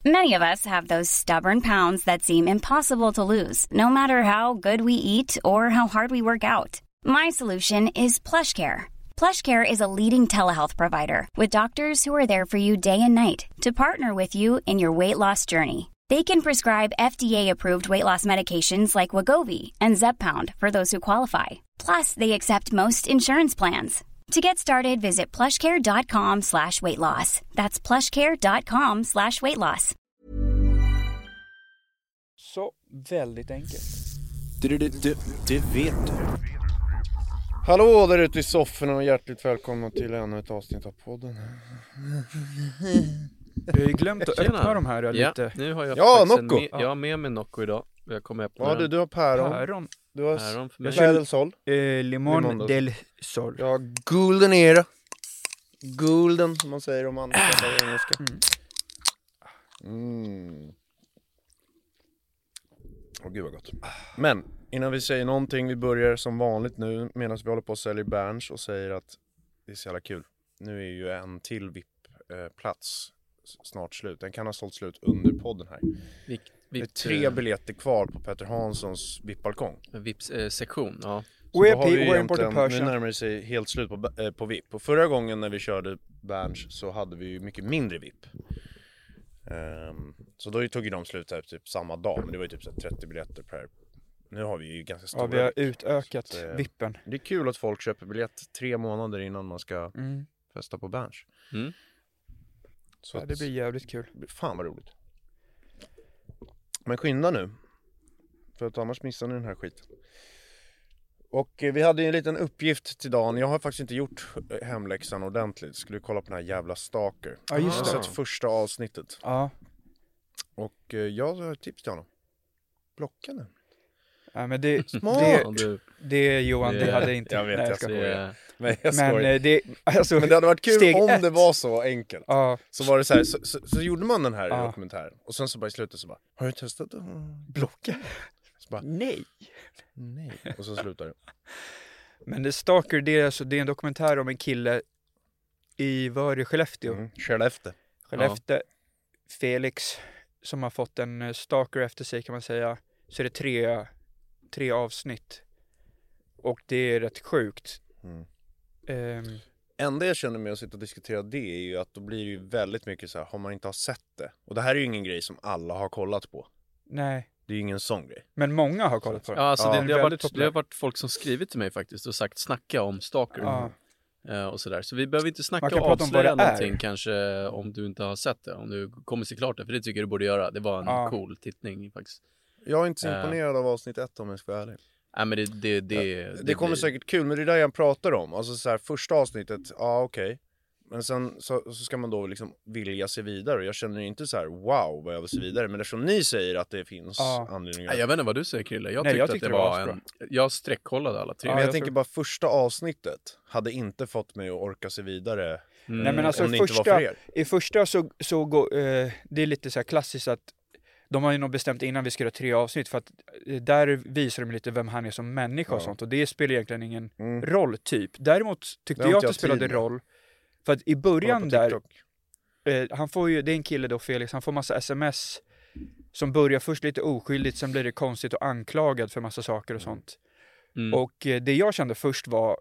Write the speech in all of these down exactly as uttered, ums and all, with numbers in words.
Many of us have those stubborn pounds that seem impossible to lose, no matter how good we eat or how hard we work out. My solution is PlushCare. PlushCare is a leading telehealth provider with doctors who are there for you day and night to partner with you in your weight loss journey. They can prescribe F D A-approved weight loss medications like Wegovy and Zepbound for those who qualify. Plus, they accept most insurance plans. To get started, visit plushcare.com slash weight loss. That's plushcare.com slash weight loss. Så väldigt enkelt. Du, du, du, du vet du. Hallå där ute i sofforna och hjärtligt välkomna till ännu ett avsnitt av podden. Jag har ju glömt att Tjena. öppna de här Ja, lite. nu har jag Ja, faktiskt en Nocco. med, jag har med mig Nocco idag. Jag kommer öppna Ja, du, du har päron. Päron. Du har Päron för mig. Päron del sol. Eh, limon Limon då. del sol. Ja, golden era. Golden, som man säger om man pratar engelska. Mm. Åh, gud vad gott. Men innan vi säger någonting, vi börjar som vanligt nu medan vi håller på att sälja Berns och säger att det är så jävla kul. Nu är ju en till V I P-plats snart slut. Den kan ha sålt slut under podden här. Vip, Det är vip, tre biljetter kvar på Petter Hanssons V I P-balkong. V I P-sektion, ja. Så då We're har vi people, we're important egentligen, nu person. närmar det sig helt slut på, eh, på V I P. Och förra gången när vi körde Berns så hade vi ju mycket mindre V I P. Um, så då tog ju de slut här typ samma dag. Men det var ju typ så trettio biljetter per. Nu har vi ju ganska stora. Ja, vi har V I P. utökat Så, eh, vippen. Det är kul att folk köper biljett tre månader innan man ska Mm. festa på Berns. Mm. Så Ja, att, det blir jävligt kul. fan vad roligt. Men skynda nu. För att annars missar ni den här skiten. Och eh, vi hade ju en liten uppgift till dagen. Jag har faktiskt inte gjort eh, hemläxan ordentligt. Skulle kolla på den här jävla Stalker. Ja, just Jag har det. sett första avsnittet. Ja. Och eh, jag har ett tips till honom. Blocka nu. Ja, men det, Smart. det, Ja, du, det Johan, det Det- hade inte. jag vet, Nej, jag ska- skojar. det är, Men jag Men skojar. eh, det, alltså, Men det hade varit kul steg om ett. det var så enkelt. Ja, Så var det så här, så, så, så gjorde man den här Ja. dokumentären. Och sen så bara i slutet så bara, har du testat att blocka. Så bara, Nej. nej. Och så slutar det. Men det Stalker, det är, alltså, det är en dokumentär om en kille i, vad är det, Skellefteå? Mm. Skellefteå. Skellefteå, Felix, som har fått en eh, stalker efter sig kan man säga. Så är det tre, tre avsnitt. Och det är rätt sjukt. Mm. Ehm, Enda jag känner med att sitta och diskutera det är ju att då blir det ju väldigt mycket så här, har man inte har sett det. Och det här är ju ingen grej som alla har kollat på. nej, Det är ju ingen sån grej. men många har kollat på det. ja, alltså Ja, det, den är det, har väldigt varit, det populär. har varit folk som skrivit till mig faktiskt och sagt snacka om Stalker Ja. eh, och sådär. Så vi behöver inte snacka Man kan och prata om vad avslöja det är. någonting kanske om du inte har sett det. Om du kommer se klart det, för det tycker jag du borde göra. Det var en Ja. cool tittning faktiskt. Jag är inte så Äh. imponerad av avsnitt ett om jag ska vara ärlig. Nej men det, det, det, Det, det kommer blir- säkert kul, men det är där jag pratar om. Alltså så här, första avsnittet, ja okej. Men sen så, så ska man då liksom vilja se vidare. Och jag känner inte så här, wow vad jag vill se vidare. Men eftersom ni säger att det finns Ja. anledningar. Nej, jag vet inte vad du säger Krille. Jag Nej, tyckte, jag att tyckte det det var var en... Jag sträckkollade alla tre. Ja, Men jag, jag tänker tror- bara första avsnittet hade inte fått mig att orka se vidare. Mm. Nej, men alltså om det inte var första, för er. i första så, så går, eh, det är lite så här klassiskt att de har ju nog bestämt innan vi ska göra tre avsnitt för att eh, där visar de lite vem han är som människa och Ja. sånt och det spelar egentligen ingen Mm. roll typ. Däremot tyckte Det har jag inte att det jag spelade tid med. roll för att i Kolla början på där, TikTok. eh, han får ju, det är en kille då Felix, han får massa sms som börjar först lite oskyldigt, sen blir det konstigt och anklagad för massa saker och sånt. Mm. Och eh, det jag kände först var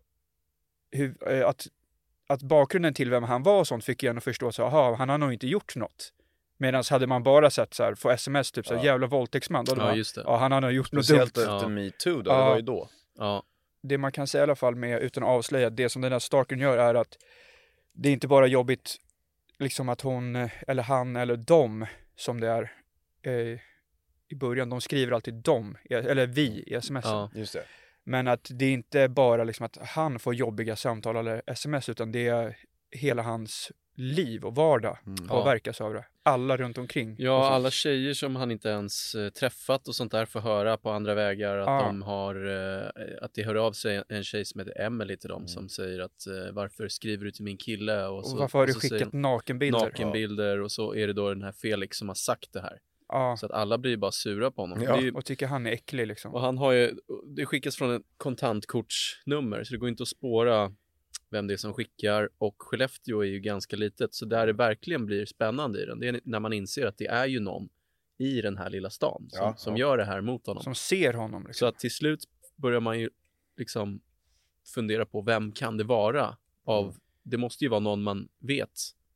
hur, eh, att, att bakgrunden till vem han var och sånt fick jag ändå förstå så aha, han har nog inte gjort något. Medan hade man bara sett så här, få sms typ så här, Ja. jävla våldtäktsman, då hade Ja, man, just det. ja han har nog gjort något dumt. Speciellt efter Ja. MeToo då, Ja. det var ju då. Ja. Det man kan säga i alla fall med, utan att avslöja, det som den här stalkern gör är att det är inte bara jobbigt liksom att hon, eh, eller han, eller de som det är eh, i början, de skriver alltid de, eller vi i smsen. Ja. Just det. Men att det är inte bara liksom att han får jobbiga samtal eller sms, utan det är hela hans liv och vardag Mm. påverkas av det. Alla runt omkring. Ja, Och så- alla tjejer som han inte ens eh, träffat och sånt där får höra på andra vägar att Ja. de har, eh, att det hör av sig en tjej som heter Emily till dem Mm. som säger att eh, varför skriver du till min kille? Och, Och så, varför har du och så säger skickat de nakenbilder? nakenbilder och så är det då den här Felix som har sagt det här. Ja. Så att alla blir bara sura på honom. Ja. Det är ju, Och tycker han är äcklig liksom. och han har ju, det skickas från ett kontantkortsnummer så det går inte att spåra vem det är som skickar, och Skellefteå är ju ganska litet, så där det verkligen blir spännande i den, det är när man inser att det är ju någon i den här lilla stan som, Ja, som ja. gör det här mot honom. Som ser honom. Liksom. Så att till slut börjar man ju liksom fundera på vem kan det vara av, Mm. det måste ju vara någon man vet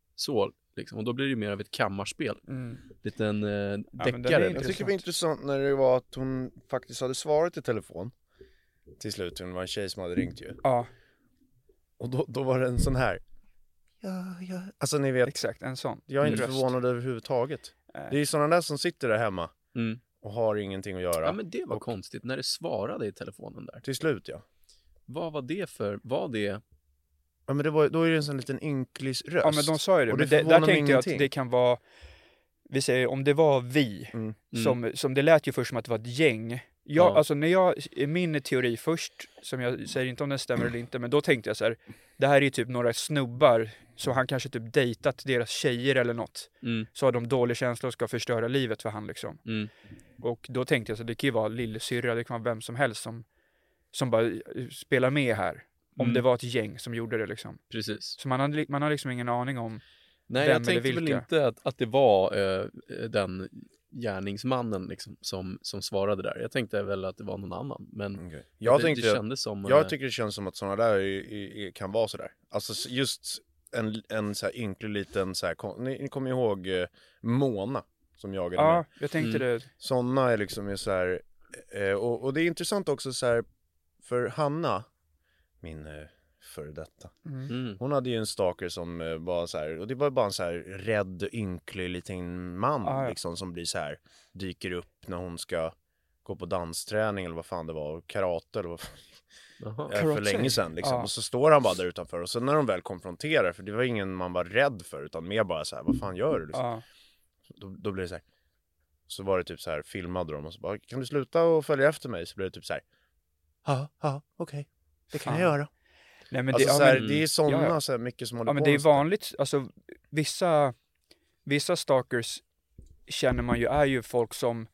så liksom, och då blir det ju mer av ett kammarspel. Mm. Liten eh, men det är deckare. inte- Jag liksom. tycker det var intressant när det var att hon faktiskt hade svarat i telefon till slut. Det var en tjej som hade ringt ju. Ja, Och då, då var det en sån här. Ja, ja. Alltså ni vet, exakt. En sån. jag är inte Röst. förvånad överhuvudtaget. Nej. Det är ju sådana där som sitter där hemma Mm. och har ingenting att göra. Ja, men det var Och konstigt när det svarade i telefonen där. till slut, ja. Vad var det för, var det Ja, men det var, då är det en sån liten ynklig röst. Ja, men de sa ju det. Och Men det det, där förvånar mig tänkte jag att ingenting. det kan vara, vi säger om det var vi, Mm. som, som det lät ju först som att det var ett gäng. Jag, Ja. Alltså när jag, min teori först, som jag säger inte om den stämmer eller inte, men då tänkte jag så här, det här är ju typ några snubbar, så han kanske typ dejtat deras tjejer eller något. mm, Så har de dålig känsla och ska förstöra livet för han liksom. mm, Och då tänkte jag så det kan ju vara lillsyrra, det kan vara vem som helst som, som bara spelar med här. Om Mm. det var ett gäng som gjorde det liksom. precis. Så man har, man har liksom ingen aning om. Nej, Vem jag tänkte eller väl vilka? inte att, att det var eh, den gärningsmannen liksom, som, som svarade där. Jag tänkte väl att det var någon annan, men Okej. Jag det, tänkte, det kändes som... eh, jag tycker det känns som att sådana där är, är, är, kan vara sådär. Alltså just en, en så här ynklig liten så här, kon- ni, ni kommer ihåg eh, Mona som jagade mig. Ja, jag tänkte Mm. det. Sådana är liksom är så här, eh, och, och det är intressant också så här, för Hanna, min eh, före detta, Mm. mm, hon hade ju en stalker som eh, var så här, och det var bara en så här rädd, ynklig liten man Ah, ja. liksom som blir så här, dyker upp när hon ska gå på dansträning eller vad fan det var, karate eller vad fan. jaha. Ja, för Karate. länge sedan liksom. Ja. Och så står han bara där utanför. Och så när de väl konfronterar, för det var ingen man var rädd för, utan mer bara så här, vad fan gör du? Liksom. Ja. Då, då blev det så här. Så var det typ så här, filmade de och så bara, kan du sluta och följa efter mig? Så blev det typ så här. Ja, ja, okej. Det kan Fan. jag göra. Nej, men Alltså det, så ja, här, men, det är sådana ja, ja. så här mycket som håller ja, men på det är med sånt där. vanligt, alltså vissa, vissa stalkers känner man ju är ju folk som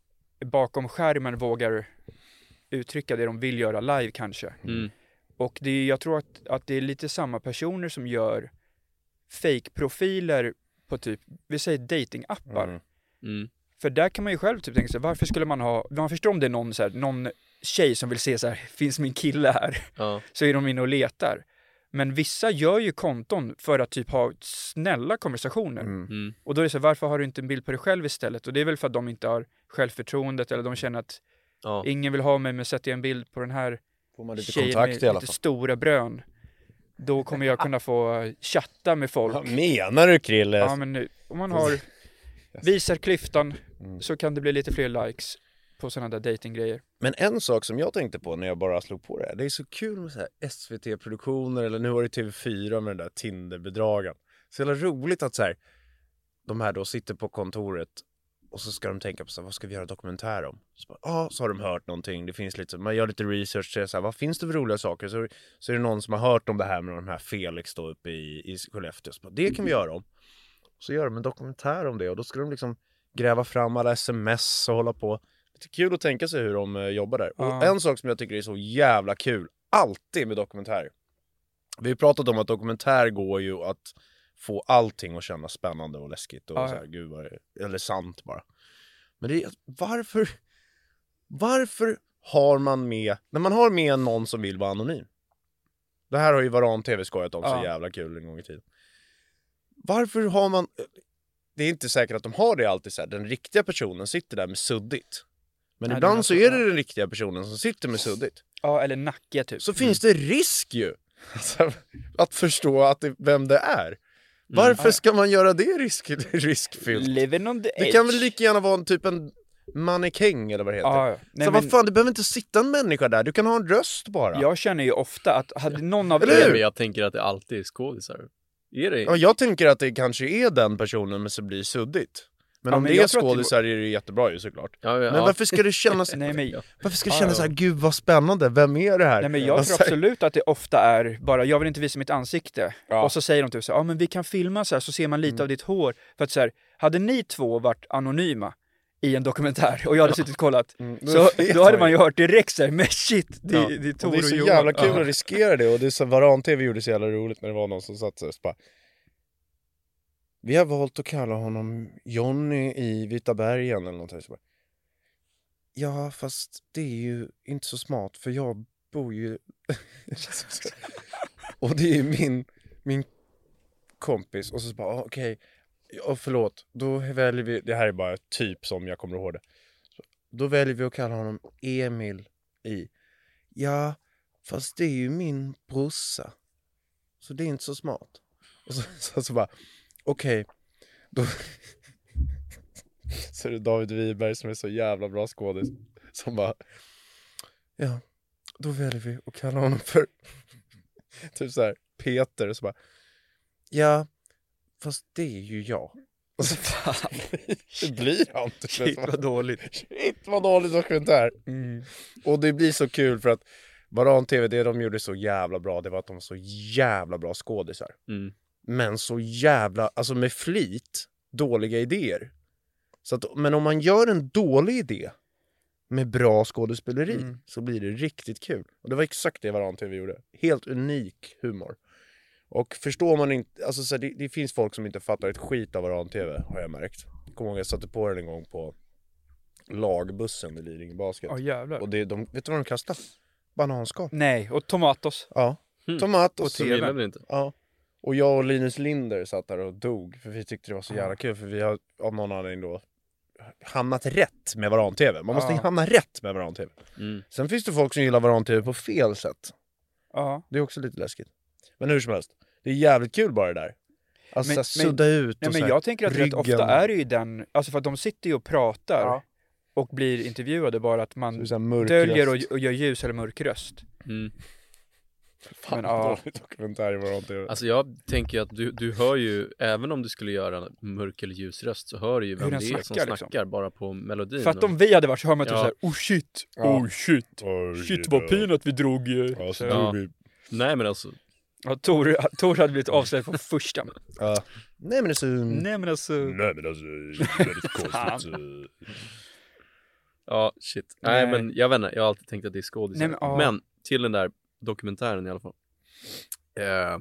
bakom skärmen vågar uttrycka det de vill göra live kanske. Mm, Och det är, jag tror att, att det är lite samma personer som gör fake-profiler på typ, vi säger datingappar. Mm. mm, För där kan man ju själv typ tänka sig, varför skulle man ha, man förstår om det är någon, så här, någon tjej som vill se så här, finns min kille här? ja, Så är de inne och letar. Men vissa gör ju konton för att typ ha snälla konversationer. Mm. mm, Och då är det så, varför har du inte en bild på dig själv istället? Och det är väl för att de inte har självförtroendet, eller de känner att ja. ingen vill ha mig, men sätter jag en bild på den här Får man lite tjejen kontakt med i alla lite fall. stora brön, då kommer jag kunna få chatta med folk. Vad menar du, Krille? Ja, men nu, om man har, visar klyftan, Mm. så kan det bli lite fler likes på sådana där datinggrejer. Men en sak som jag tänkte på när jag bara slog på det här, det är så kul med så här S V T-produktioner, eller nu var det T V fyra med den där Tinder-bedragen. Så jävla roligt att så här, de här då sitter på kontoret och så ska de tänka på så här, vad ska vi göra dokumentär om? Så, bara, ah, så har de hört någonting, det finns lite, man gör lite research, så, så här, vad finns det för roliga saker? Så, så är det någon som har hört om det här med de här Felix då uppe i, i Skellefteå. Så bara, det kan vi göra om. Så gör de en dokumentär om det, och då ska de liksom gräva fram alla sms och hålla på. Det är kul att tänka sig hur de eh, jobbar där. Ja. Och en sak som jag tycker är så jävla kul, alltid med dokumentärer. Vi har pratat om att dokumentär går ju att få allting att kännas spännande och läskigt. Och Ja, så ja. här, gud vad är, eller sant bara. Men det är, varför, varför har man med, när man har med någon som vill vara anonym. Det här har ju Varan T V skojat om, Ja. så jävla kul en gång i tiden. Varför har man, det är inte säkert att de har det alltid så här. Den riktiga personen sitter där med suddigt. Men Nej, ibland men så alltså, är det ja. den riktiga personen som sitter med suddigt. Ja, eller nacke typ. Så finns det risk ju alltså, att förstå att det, vem det är. Varför Ja. ska man göra det risk, riskfyllt? Living on the edge. Det kan väl lika gärna vara en typ en mannekäng eller vad det heter. Ja, ja. Nej, så men vad fan, det behöver inte sitta en människa där. Du kan ha en röst bara. jag känner ju ofta att hade någon av Eller er... hur? Men jag tänker att det alltid är skådisar. Är det? Ja, jag tänker att det kanske är den personen, men så blir suddigt. Men Ja, om men det är jag tror att det skådisar är det jättebra ju såklart. Ja, ja, Men ja. varför ska det kännas, Nej, men, varför ska det Ja, kännas ja. så här, gud vad spännande, vem är det här? nej, men jag Alltså, tror absolut att det ofta är bara, jag vill inte visa mitt ansikte. Ja. Och så säger de typ så här, ja men vi kan filma så här, så ser man lite Mm. av ditt hår. För att så här, hade ni två varit anonyma, i en dokumentär och jag hade suttit och kollat. Mm, då Så vet då hade man man ju. ju hört direkt så här, men shit, det, Ja. det är Och Tor det är och så Johan. jävla kul Ja. att riskera det. Och det är så Varan-T V gjorde så jävla roligt när det var någon som satt så här, så bara, vi har valt att kalla honom Johnny i Vita bergen eller någonting. Så bara, ja, fast det är ju inte så smart för jag bor ju... och det är ju min, min kompis. Och så bara, ah, okej, okay. Och förlåt, då väljer vi... Det här är bara typ som jag kommer ihåg det. Så, då väljer vi att kalla honom Emil i... Ja, fast det är ju min brorsa. Så det är inte så smart. Och så, så, så bara, okej, okay, då... så är det David Wiberg som är så jävla bra skådis. Som bara, ja, då väljer vi att kalla honom för typ så här Peter. Och så bara, ja, fast det är ju jag. Och så fan, det blir han inte. Shit vad dåligt. Shit vad dåligt dokumentär. Mm. Och det blir så kul för att Varan-T V, det de gjorde så jävla bra, det var att de var så jävla bra skådisar. Mm. Men så jävla, alltså med flit, dåliga idéer. Så att, men om man gör en dålig idé med bra skådespeleri Mm. så blir det riktigt kul. Och det var exakt det Varan-T V gjorde. Helt unik humor. Och förstår man inte, alltså så här, det, det finns folk som inte fattar ett skit av Varan-T V, har jag märkt. Jag kommer ihåg, jag satte på den en gång på lagbussen i Lidingö Basket. Ja jävlar. Och det, de, vet du vad de kastar? Bananskal. Nej, och tomatos. Ja, Mm. tomat och, Och Så T V. gillar vi inte. ja. Och jag och Linus Linder satt där och dog. För vi tyckte det var så Ja. jävla kul. För vi har av någon anledning då hamnat rätt med Varan-T V. Man måste Ja. hamna rätt med Varan-T V. Mm. Sen finns det folk som gillar Varan-T V på fel sätt. Ja. Det är också lite läskigt. Men hur som helst. Det är jävligt kul bara det där. Alltså Men- så här, sudda ut Nej och men så här, jag tänker att rätt ryggen. ofta är det ju den, alltså för att de sitter ju och pratar Ja. och blir intervjuade bara att Så man så här mörk döljer röst. och, och gör ljus eller mörk röst. Mm. Fan men, vad ja. dålig dokumentär i Varan-T V. Alltså jag tänker att du, du hör ju, även om du skulle göra en mörk eller ljus röst så hör du ju Hur vem det den är som snackar, liksom. snackar bara på melodin. För att och- om vi hade varit så hör man typ Ja. såhär, oh shit, Ja. oh shit, Oj, shit vad pin att vi drog. eh." Ja, så Så- Ja. drog vi. Nej men alltså, Ja, Tor, Tor hade blivit avslöjad på första. Ja. Nej men det är så... Nej men alltså, Nej men alltså, det är lite konstigt. ja shit. Nej, Nej. men jag vet inte, jag har alltid tänkt att det är skådisar. Nej, men, ja. Men till den där dokumentären i alla fall. Eh,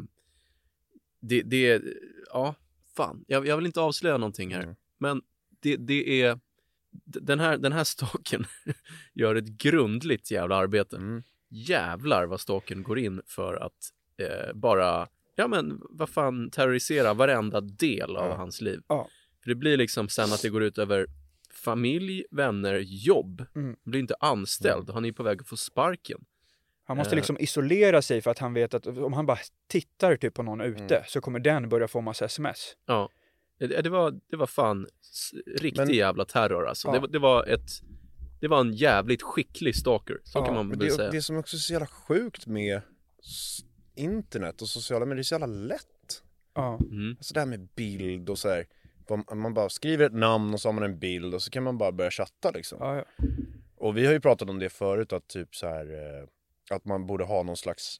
det, det är, ja, fan. Jag, jag vill inte avslöja någonting här. Mm. Men det, det är, d- den här, den här staken gör ett grundligt jävla arbete. Mm. Jävlar vad staken går in för att eh, bara, ja men vad fan, terrorisera varenda del av Ja. hans liv. Ja. För det blir liksom sen att det går ut över familj, vänner, jobb. Mm. Han blir inte anställd, han är på väg att få sparken. han måste Eh. liksom isolera sig för att han vet att om han bara tittar typ på någon ute Mm. så kommer den börja få massa sms. Ja, det, det, var, det var fan s- riktig Men- jävla terror alltså. Ja. Det, var- det var ett, det var en jävligt skicklig stalker, så Ja, kan man Men väl det, säga. det som också är så jävla sjukt med s- internet och sociala medier, det är så jävla lätt. Ja. Mm. Alltså det här med bild och så här. vad- Man bara skriver ett namn och så har man en bild och så kan man bara börja chatta liksom. Ja, ja. Och vi har ju pratat om det förut att typ så här eh, att man borde ha någon slags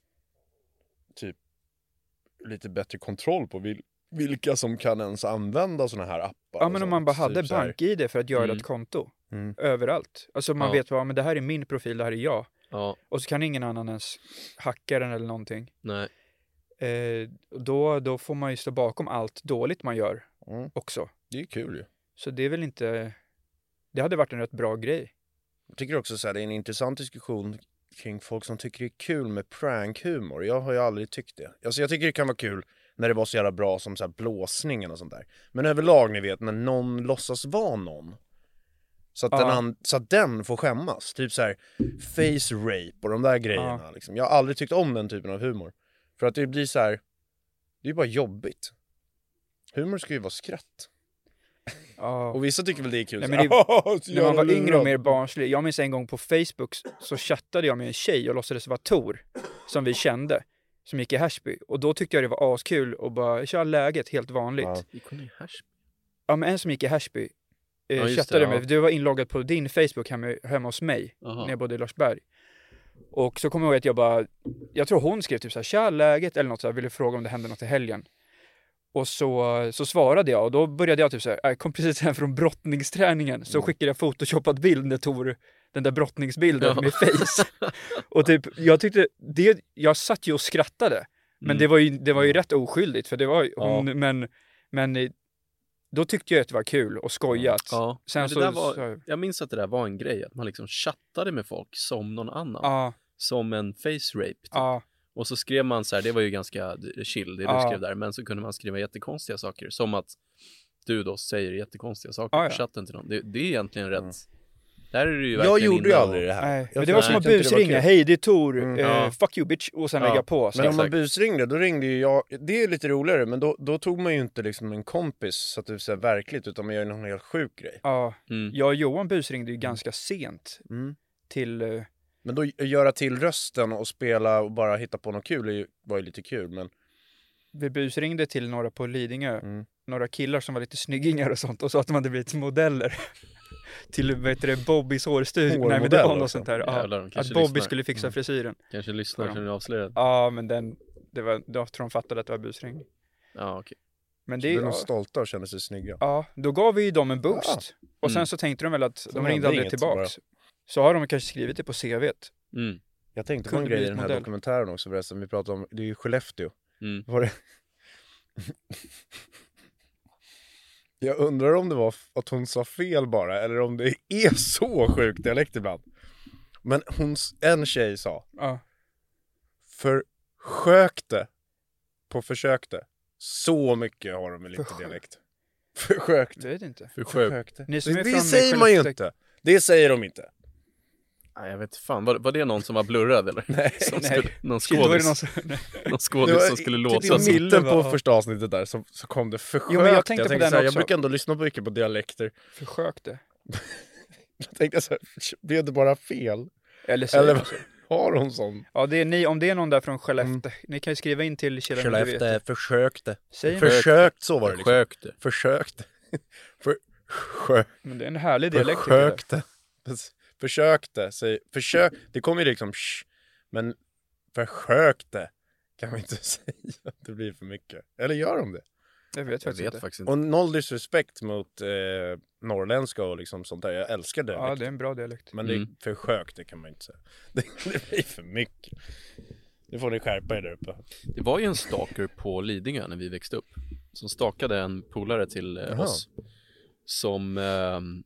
typ lite bättre kontroll på vil- vilka som kan ens använda såna här appar. ja och men om sånt. man bara Typ hade så här- bank-I D för att göra Mm. ett konto. Mm. Överallt. Alltså man Ja. vet bara, men det här är min profil, det här är jag. Ja, Och så kan ingen annan ens hacka den eller någonting. nej. Eh, då, då får man ju stå bakom allt dåligt man gör Mm. också. Det är ju kul ju. Så det är väl inte... Det hade varit en rätt bra grej. Jag tycker också så här, det är en intressant diskussion kring folk som tycker det är kul med prankhumor. Jag har ju aldrig tyckt det. Alltså jag tycker det kan vara kul när det var så jävla bra som så här blåsningen och sånt där. Men överlag, ni vet, när någon låtsas vara någon. Så att, Ja. den, an- så att den får skämmas. Typ så här face rape och de där grejerna. Liksom. Jag har aldrig tyckt om den typen av humor. För att det blir så här, det är ju bara jobbigt. Humor ska ju vara skratt. Ja. Och vissa tycker väl det är kul. Nej, så men här, det- "Haha, så När man var jävla yngre lurad." och mer barnslig. Jag minns en gång på Facebook så chattade jag med en tjej och låtsades vara Tor. Som vi kände. Som gick i Härsby. Och då tyckte jag det var askul och bara köra läget helt vanligt. Ja. Ja, Gick hon i hash? men en som gick i Härsby. Eh, Ja, just chattade det, med. ja. Du var inloggad på din Facebook hemma, hemma hos mig. Aha. När jag bodde i Larsberg. Och så kommer jag ihåg att jag bara, jag tror hon skrev typ så här, tja läget eller något så här, ville fråga om det hände något i helgen. Och så, så svarade jag och då började jag typ så här, jag kom precis hem från brottningsträningen så Mm. skickade jag photoshoppad bild när Tor, den där brottningsbilden Ja. med face. Och typ, jag tyckte, det, jag satt ju och skrattade. Men Mm. det var ju, det var ju rätt oskyldigt för det var ju, Ja. hon, men, men eh, då tyckte jag att det var kul och skojat. Ja, Sen men det så, där var, så, jag minns att det där var en grej, att man liksom chattade med folk som någon annan. ja, Som en face rape. Typ. ja, Och så skrev man så här, det var ju ganska chill det Ja. du skrev där, men så kunde man skriva jättekonstiga saker. Som att du då säger jättekonstiga saker Ja, på ja. chatten till någon. Det, det är egentligen rätt. Där är det ju Jag verkligen gjorde ju inne och- aldrig det här. nej. Jag Men det var som nej, att tyckte inte det var busringa, kul. hej det är Tor, Mm. eh, Ja. fuck you bitch, och sen Ja. lägga på. Så. Men om man Exakt. busringde, då ringde ju jag, det är lite roligare, men då, då tog man ju inte liksom en kompis så att det är så här verkligt, utan man gör någon helt sjuk grej. Ja, Mm. jag och Johan busringde ju ganska sent Mm. till, eh, Men då göra till rösten och spela och bara hitta på något kul är ju, var ju lite kul, men vi busringde till några på Lidingö, mm. några killar som var lite snyggingar och sånt och sa att de hade blivit modeller till, vad heter det, Bobbys hårstudio. Nej men det Hårmodell var något också. sånt här. Ja, Jävlar, de att kanske Bobby lyssnar. skulle fixa Mm. frisyren. Kanske lyssnar Ja. som ni avslöjade. Ja, men den, det var, då tror de fattade att det var busring. Ja, okej. Men Så det, blev de ja, stolta och kände sig snygga. ja, då gav vi ju dem en boost. Och sen Mm. så tänkte de väl att de hände ringde aldrig inget tillbaks. Så har de kanske skrivit det på C V:t. Mm. Jag tänkte på en Kunde grej i blivit den här modell. dokumentären också förresten, vi pratade om, det är ju Skellefteå. Mm. Var det... Jag undrar om det var att hon sa fel bara, eller om det är så sjuk dialekt ibland. Men hon, s- en tjej sa, Ja. försökte på försökte. Så mycket har de med lite Försök- dialekt. Försökte. Jag vet inte. Försök. Ni som Det, är det från säger man ju Skellefteå- inte. Det säger de inte. Nej, jag vet fan. Var, var det någon som var blurrad eller? Nej, Som nej. skulle, någon Då är det skådis, någon som, nej. någon Det skådis var som skulle typ låtsas. i som- mitten Mille på var- första avsnittet där så, så kom det försökte. Jo, men jag tänkte på den så här, jag också. brukar ändå lyssna på mycket på dialekter. Försökte. Jag tänkte så här, blev det bara fel? Eller säger Eller man så? har hon sån? Ja, det är ni, om det är någon där från Skellefteå. Ni kan ju skriva in till killen om du vet. försökte. Säg Försök. Försökt, så var det liksom. Försökte. Försökte. För, Men det är en härlig dialekt. tycker jag. försökte. Försökte. Säg, försök. Det kommer ju liksom sh, men försökte kan man inte säga. Det blir för mycket. Eller gör de det? Jag vet Jag faktiskt vet inte. faktiskt inte. Och noll disrespekt mot eh, norrländska och liksom sånt där. Jag älskar det. Ja, det är en bra dialekt. Men det Mm. försök, det kan man inte säga. Det, det blir för mycket. Nu får ni skärpa er där uppe. Det var ju en stalker på Lidingö när vi växte upp. Som stakade en polare till eh, Jaha. oss. Som ehm,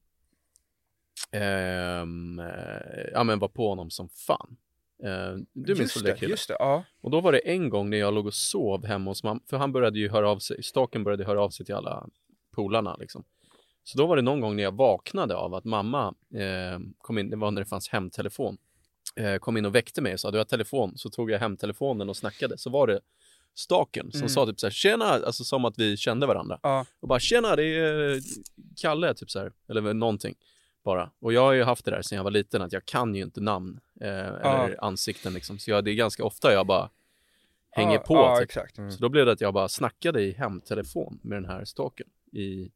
ehm, eh, ja, men var på honom som fan. Eh, du minns just väl det, det, killen? just det, ja. Och då var det en gång när jag låg och sov hemma hos mamma. För han började ju höra av sig, staken började höra av sig till alla polarna liksom. Så då var det någon gång när jag vaknade av att mamma eh, kom in, det var när det fanns hemtelefon. Eh, kom in och väckte mig och sa, du har telefon. Så tog jag hemtelefonen och snackade. Så var det staken som Mm. sa typ så här, tjena, alltså som att vi kände varandra. Ja, Och bara, tjena, det är eh, Kalle, typ så här. Eller väl någonting bara. Och jag har ju haft det där sedan jag var liten, att jag kan ju inte namn eh, eller ansikten liksom. Så jag, det är ganska ofta jag bara hänger ja, på. Ja, typ. exakt. Mm. Så då blev det att jag bara snackade i hemtelefon med den här staken. I...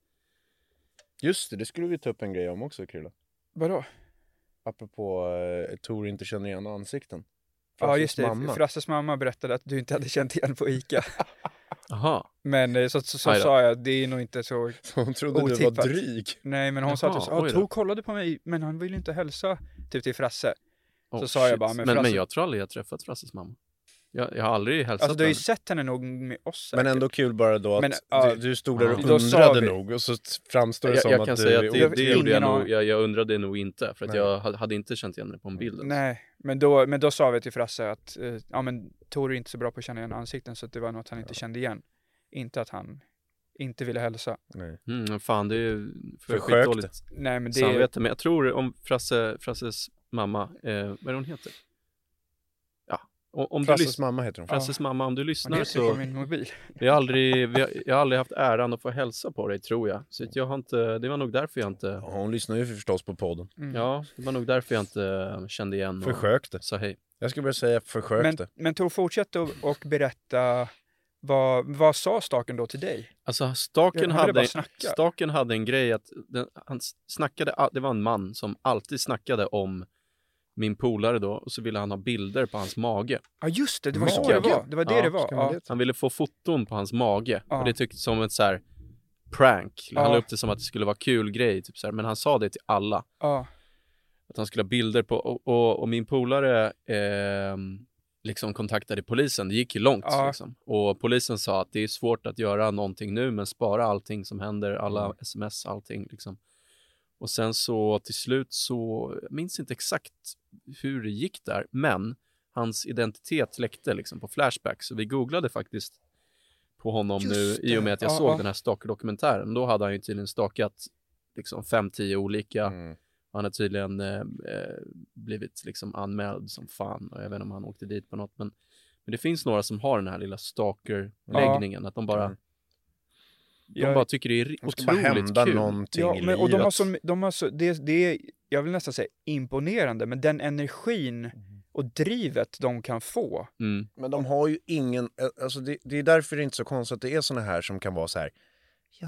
Just det, det skulle vi ta upp en grej om också, Krilla. Vadå? Apropå eh, Tor inte känner igen ansikten. Ja, Frasses just det. mamma. Frasses mamma berättade att du inte hade känt igen på Ica. Aha. Men eh, så, så, så Aj då. sa jag, det är nog inte så... Så hon trodde du var Otippat. dryg. Nej, men hon sa Jaha, att ah, oj då. Tor kollade på mig, men han ville inte hälsa typ till Frasse. Oh, Så sa jag shit. bara, men men, men Frasse- jag tror aldrig jag träffat Frasses mamma. Jag, jag har aldrig hälsat Alltså du har ju henne. sett henne nog med oss Men säkert. äll kul bara då att Men, ja, du, du stod där och ja. Då sa undrade vi- nog och så framstår det Jag, som jag att kan du säga är att det, Jag- det gjorde jag ingen nog, aning. jag, jag undrade nog inte. För att Nej. jag ha- hade inte känt igen det på en bild. Nej, men då, men då sa vi till Frasse att eh, ja, men Tor är inte så bra på att känna igen ansikten, så att det var något han inte kände igen. Inte att han inte ville hälsa. Nej. Mm, men fan, det är för Försökte. skitdåligt Nej, men det samvete. Men jag tror om Frasse, Frasses mamma, eh, vad är det hon heter? Ja, om, om du Frasses lyssnar. mamma heter hon. Frasses mamma, om du man lyssnar heter på så... min mobil. Vi har aldrig, vi har, jag har aldrig haft äran att få hälsa på dig, tror jag. Så att jag har inte, det var nog därför jag inte... Ja, hon lyssnar ju förstås på podden. Mm. Ja, det var nog därför jag inte kände igen och Försökte. sa hej. Jag skulle börja säga Men, försökte. men Tor, fortsätt och, och berätta, vad, vad sa staken då till dig? Alltså staken Han ville hade, bara snacka. staken hade en grej att den, han snackade, det var en man som alltid snackade om min polare då, och så ville han ha bilder på hans mage. Ja just det, det var Mage? så det var. Det var det Ja, det var. ska man Ja. det? Han ville få foton på hans mage. Ja. Och det tyckte som ett så här prank. Han Ja. la upp det som att det skulle vara kul grej. Typ så här. Men han sa det till alla. Ja. Att han skulle ha bilder på. Och, och, och min polare eh, liksom kontaktade polisen. Det gick ju långt. Ja. Liksom. Och polisen sa att det är svårt att göra någonting nu. Men spara allting som händer. Alla Mm. sms, allting liksom. Och sen så till slut så, jag minns inte exakt hur det gick där, men hans identitet läckte liksom på Flashback. Så vi googlade faktiskt på honom Just nu i och med att jag det. såg Ja, ja. den här stalker-dokumentären. Då hade han ju tydligen stalkat liksom fem, tio olika. Mm. Han har tydligen eh, eh, blivit liksom anmäld som fan. Och jag vet inte om han åkte dit på något. Men, men det finns några som har den här lilla stalker-läggningen. Att de bara, Mm. de Jag- bara tycker det är ri- Det ska bara otroligt hända kul. någonting Ja, i men, livet. och de har så, de har så det, det är, jag vill nästan säga imponerande, men den energin och drivet de kan få. Mm. Men de har ju ingen, alltså det, det är därför det är inte så konstigt att det är såna här som kan vara så här. Ja,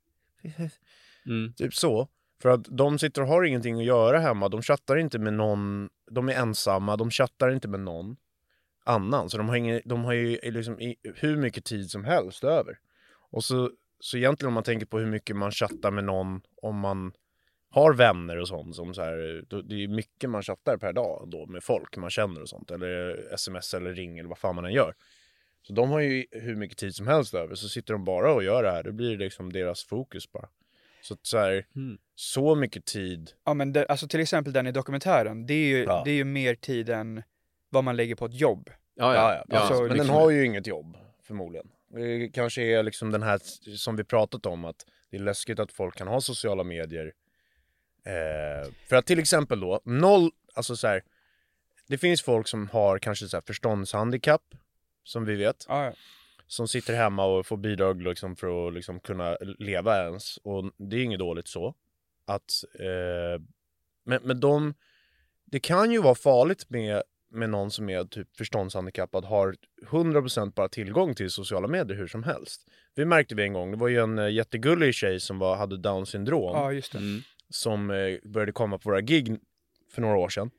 Mm. typ så. För att de sitter och har ingenting att göra hemma. De chattar inte med någon, de är ensamma, de chattar inte med någon annan. Så de har, ingen, de har ju liksom i, hur mycket tid som helst över. Och så, så egentligen om man tänker på hur mycket man chattar med någon, om man har vänner och sånt, som så här, då, det är mycket man chattar per dag då med folk man känner och sånt, eller sms eller ring eller vad fan man än gör. Så de har ju hur mycket tid som helst över, så sitter de bara och gör det här, då blir det liksom deras fokus bara. Så att så här, Mm. så mycket tid. Ja, men det, alltså till exempel den i dokumentären, det är ju, Ja. det är ju mer tid än vad man lägger på ett jobb. Ja, ja. ja. Alltså, Men liksom- den har ju inget jobb, förmodligen. Det kanske är liksom den här som vi pratat om, att det är läskigt att folk kan ha sociala medier. Eh, för att till exempel då, noll, alltså så här, det finns folk som har kanske så här förståndshandikapp, som vi vet, Ja, ja. som sitter hemma och får bidrag liksom för att liksom kunna leva ens. Och det är inget dåligt så. Att, eh, men, men de, det kan ju vara farligt med, med någon som är typ förståndshandikappad, har hundra procent bara tillgång till sociala medier hur som helst. Vi märkte vi en gång, det var ju en eh, jättegullig tjej som var, hade Down syndrom. ja just det. Mm. Som eh, började komma på våra gig för några år sedan.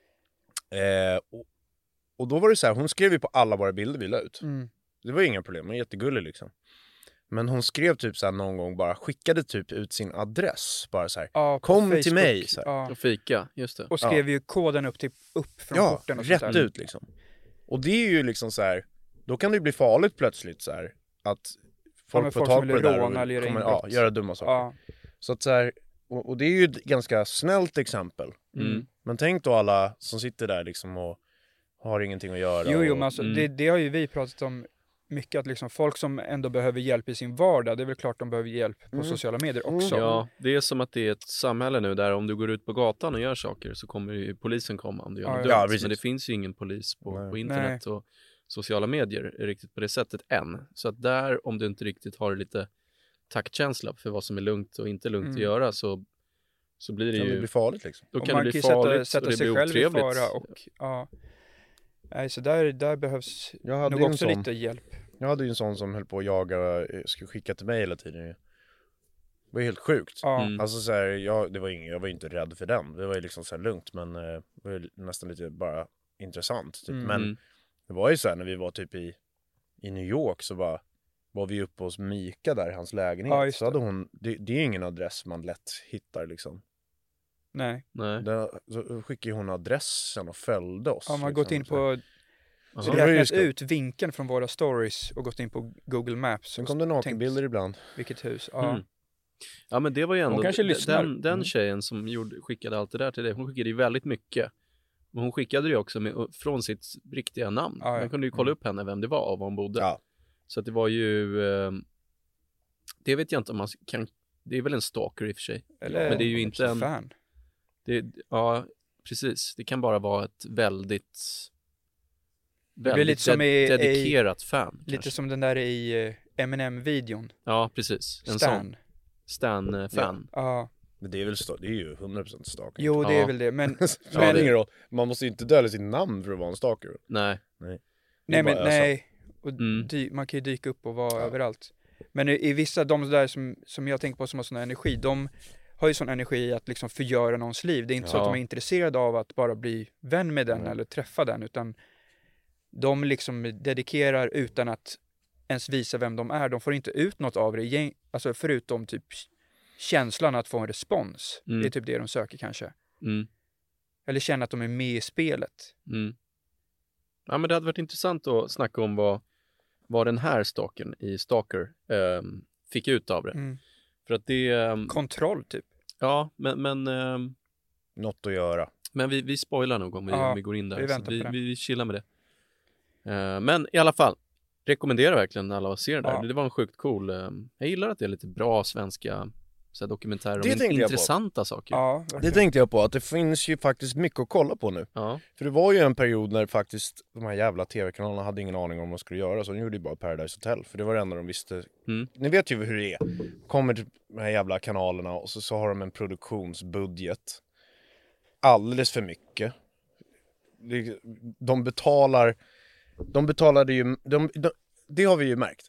Eh, och, och då var det så här, hon skrev ju på alla våra bilder vi la ut. Mm. Det var inga problem, hon är jättegullig liksom. Men hon skrev typ så här någon gång, bara skickade typ ut sin adress. Bara så här, Ja, på kom Facebook. till mig. Så här. Ja. Och fika, just det. Och skrev ju koden upp, till, upp från Ja, porten och rätt sånt där. ut liksom. Och det är ju liksom så här, då kan det ju bli farligt plötsligt så här, att folk men får folk tag som på vill det där råna och eller göra kommer, ja, inbrott. göra dumma saker. Ja. Så att så här, och, och det är ju ett ganska snällt exempel. Mm. Men tänk då alla som sitter där liksom och har ingenting att göra. Jo, jo, och, men alltså, Mm. det, det har ju vi pratat om mycket, att liksom folk som ändå behöver hjälp i sin vardag, det är väl klart de behöver hjälp på Mm. sociala medier Mm. också. Ja, det är som att det är ett samhälle nu där om du går ut på gatan och gör saker så kommer ju polisen komma om du gör Ja, något ja. dumt. Ja, precis. Men det finns ju ingen polis på, Nej. på internet och sociala medier riktigt på det sättet än. Så att där, om du inte riktigt har lite taktkänsla för vad som är lugnt och inte lugnt Mm. att göra, så, så blir det kan det ju... bli farligt liksom. Då Och kan man det kan bli ju farligt sätta, sätta och det sig blir själv i otrevligt. fara och ja. Nej, så där, där behövs Jag hade nog ju en också sån, lite hjälp. jag hade ju en sån som höll på att jaga, eh, skulle skicka till mig hela tiden. Det var ju helt sjukt. Ja. Mm. Alltså så här, jag, det var ingen, jag var inte rädd för den. Det var ju liksom så här lugnt, men eh, det var ju nästan lite bara intressant. Typ. Mm. Men Mm. det var ju så här när vi var typ i, i New York, så bara var vi uppe hos Mika där i hans lägenhet. Ja, just så hade hon, det, det är ju ingen adress man lätt hittar liksom. Nej. Nej. Den, så skickade hon adressen och följde oss. Ja, man har liksom. gått in på, Aha. det var ju räknat skumt. ut vinkeln från våra stories och gått in på Google Maps. Sen och kom det tänkt nakenbilder ibland. vilket hus. Ja. Mm. Ja, men det var ju ändå... Hon kanske d- lyssnar. Den, den Mm. tjejen som gjorde, skickade allt det där till dig, hon skickade ju väldigt mycket. Men hon skickade det ju också med, från sitt riktiga namn. Ja, ja. Man kunde ju kolla Mm. upp henne, vem det var och var hon bodde. Ja. Så att det var ju... Eh, det vet jag inte om man kan... Det är väl en stalker i och för sig. Eller Men det är ju inte en... fan. Det, ja, precis. Det kan bara vara ett väldigt... blir Väldigt lite som ded- i- dedikerat fan. Lite kanske. som den där i eh, Eminem-videon. Ja, precis. En sån Stan. Stan-fan. Ja. Men det är väl sta- det är ju hundra procent stalking. Jo, det Ja. är väl det. Men, det Ja, spelar det- ingen roll. Man måste ju inte dölja sitt namn för att vara en stalker. Nej. nej, bara men ösa. nej. Och Mm. dy, man kan ju dyka upp och vara Ja. överallt. Men i, i vissa, de där som, som jag tänker på som har sån här energi, de har har ju sån energi att liksom förgöra någons liv. Det är inte så Ja. att de är intresserade av att bara bli vän med den Mm. eller träffa den, utan de liksom dedikerar utan att ens visa vem de är. De får inte ut något av det, gäng- alltså förutom typ känslan att få en respons. Mm. Det är typ det de söker kanske. Mm. Eller känna att de är med i spelet. Mm. Ja, men det hade varit intressant att snacka om vad, vad den här staken i Stalker ehm, fick ut av det. Mm. För att det... ehm, Kontroll typ. ja, men, men, ehm, Något att göra. men vi, vi spoilar nog om vi, Ja, om vi går in där. vi så väntar vi, på det. vi, vi chillar med det. Eh, men i alla fall, rekommenderar verkligen alla att se det där. Ja. Det var en sjukt cool... ehm, jag gillar att det är lite bra svenska så här, dokumentärer Det om tänkte in, jag på. intressanta saker. Ja, Det verkligen. tänkte jag på, att det finns ju faktiskt mycket att kolla på nu. Ja. För det var ju en period när faktiskt de här jävla tv-kanalerna hade ingen aning om vad de skulle göra, så de gjorde ju bara Paradise Hotel, för det var det enda de visste. Mm. Ni vet ju hur det är. Kommer till de här jävla kanalerna och så, så har de en produktionsbudget. Alldeles för mycket. Det- De betalar, de betalade ju, de, de, det har vi ju märkt.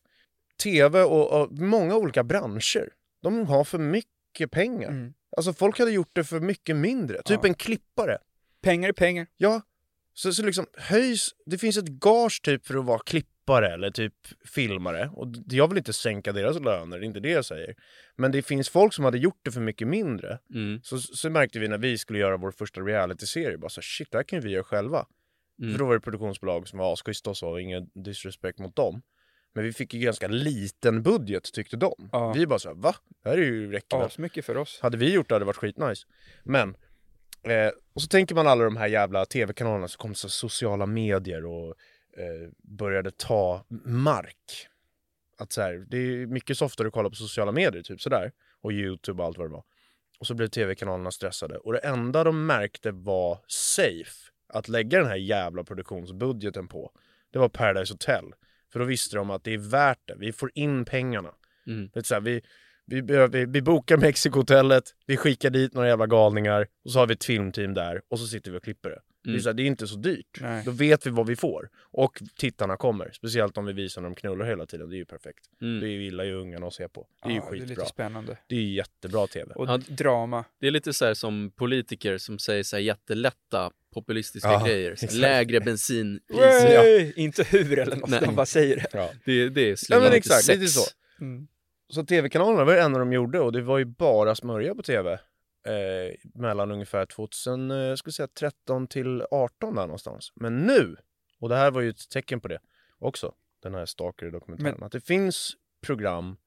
Tv och, och många olika branscher, de har för mycket pengar. Mm. Alltså folk hade gjort det för mycket mindre. Typ Ja. en klippare. Pengar är pengar. Ja, så, så liksom höjs, det finns ett gage typ för att vara klippare eller typ filmare. Och d- jag vill inte sänka deras löner, det är inte det jag säger. Men det finns folk som hade gjort det för mycket mindre. Mm. Så, så märkte vi när vi skulle göra vår första reality-serie, bara så här, shit, det här kan ju vi göra själva. Mm. För då var det produktionsbolag som var asschyssta och så, ingen disrespect mot dem. Men vi fick ju ganska liten budget tyckte de. Ja. Vi bara så här, va? Det här är ju räcker väl. Ja, så mycket för oss. Hade vi gjort det hade det varit skitnice. Men, eh, och så tänker man alla de här jävla tv-kanalerna som kom så sociala medier och eh, började ta mark. Att så här, det är mycket softare att kolla på sociala medier, typ sådär. Och YouTube och allt vad det var. Och så blev tv-kanalerna stressade. Och det enda de märkte var safe att lägga den här jävla produktionsbudgeten på. Det var Paradise Hotel. För då visste de att det är värt det. Vi får in pengarna. Mm. Det är så här, vi, vi, vi, vi bokar Mexiko-hotellet, vi skickar dit några jävla galningar och så har vi ett filmteam där och så sitter vi och klipper det. Det, är Mm. så här, det är inte så dyrt. Nej. Då vet vi vad vi får. Och tittarna kommer. Speciellt om vi visar när de knullar hela tiden. Det är ju perfekt. Mm. Det gillar ju ungarna att se på. Det är ju Ja, det är skitbra. lite spännande. Det är ju jättebra tv. Och Ja. drama. Det är lite så här som politiker som säger så här jättelätta populistiska Ja, grejer. Så här, exakt. lägre bensinpriser. Ja. Wey! Inte hur eller något, Nej. de bara säger det. Ja. Det, det är Ja, slänga men lite exakt, sex. lite så. Mm. Så tv-kanalerna var det enda de gjorde och det var ju bara smörja på tv. Eh, mellan ungefär tjugohundra, eh, jag skulle säga tretton till arton där någonstans. Men nu, och det här var ju ett tecken på det också, den här Stalker-dokumentären, Men- att det finns program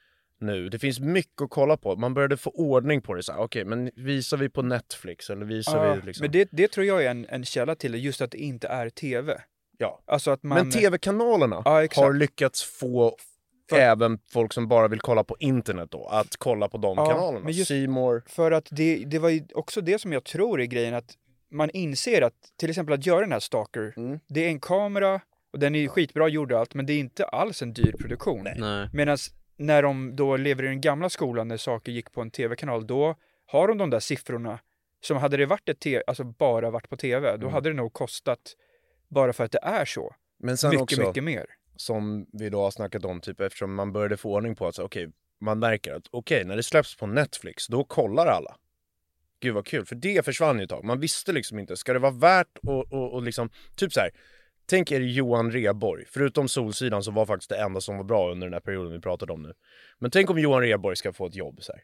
nu, det finns mycket att kolla på. Man började få ordning på det så här, okej, men visar vi på Netflix eller visar Ja, vi liksom... men det, det tror jag är en, en källa till det, just att det inte är tv. Ja. Alltså att man... Men tv-kanalerna Ja, exakt. har lyckats få För- även folk som bara vill kolla på internet då, att kolla på de Ja, kanalerna. men just- C More. För att det, det var ju också det som jag tror är grejen, att man inser att till exempel att göra den här Stalker, Mm. det är en kamera och den är ju skitbra gjord och allt, men det är inte alls en dyr produktion. Nej. Medan när de då lever i den gamla skolan när saker gick på en tv-kanal, då har de de där siffrorna som hade det varit ett te- alltså bara varit på tv, då Mm. hade det nog kostat, bara för att det är så, Men sen mycket, också, mycket mer. som vi då har snackat om, typ eftersom man började få ordning på att så, okej, man märker att okej, när det släpps på Netflix, då kollar alla. Gud vad kul, för det försvann ju ett tag. Man visste liksom inte, ska det vara värt och, och, och liksom, typ så här. Tänk er Johan Rheborg, förutom Solsidan så var faktiskt det enda som var bra under den här perioden vi pratade om nu. Men tänk om Johan Rheborg ska få ett jobb så här.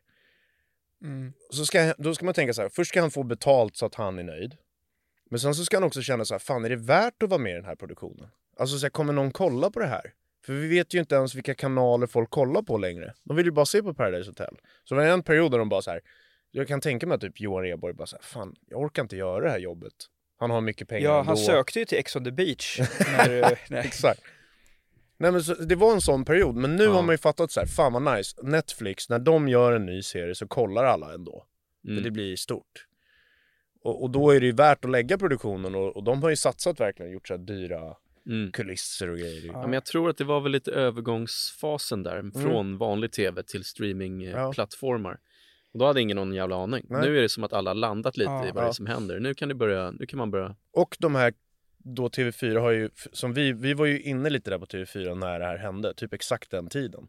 Mm. Så ska, då ska man tänka så här, först ska han få betalt så att han är nöjd. Men sen så ska han också känna så här, fan är det värt att vara med i den här produktionen? Alltså så här, kommer någon kolla på det här? För vi vet ju inte ens vilka kanaler folk kollar på längre. De vill ju bara se på Paradise Hotel. Så det var en period där de bara så här, jag kan tänka mig att typ Johan Rheborg bara så här, fan jag orkar inte göra det här jobbet. Han har mycket pengar Ja, ändå. han sökte ju till Ex on the Beach. när, nej. Exakt. Nej men så, det var en sån period, men nu Ja. har man ju fattat så här, fan vad nice. Netflix, när de gör en ny serie så kollar alla ändå. Mm. För det blir stort. Och, och då är det ju värt att lägga produktionen och, och de har ju satsat verkligen, gjort så här dyra Mm. kulisser och grejer. Ja. Ja, men jag tror att det var väl lite övergångsfasen där från vanlig tv till streamingplattformar. Och då hade ingen någon jävla aning. Nej. Nu är det som att alla har landat lite Ja. i vad det Ja. är som händer. Nu kan det börja, nu kan man börja. Och de här, då T V fyra har ju, som vi, vi var ju inne lite där på T V fyra när det här hände, typ exakt den tiden.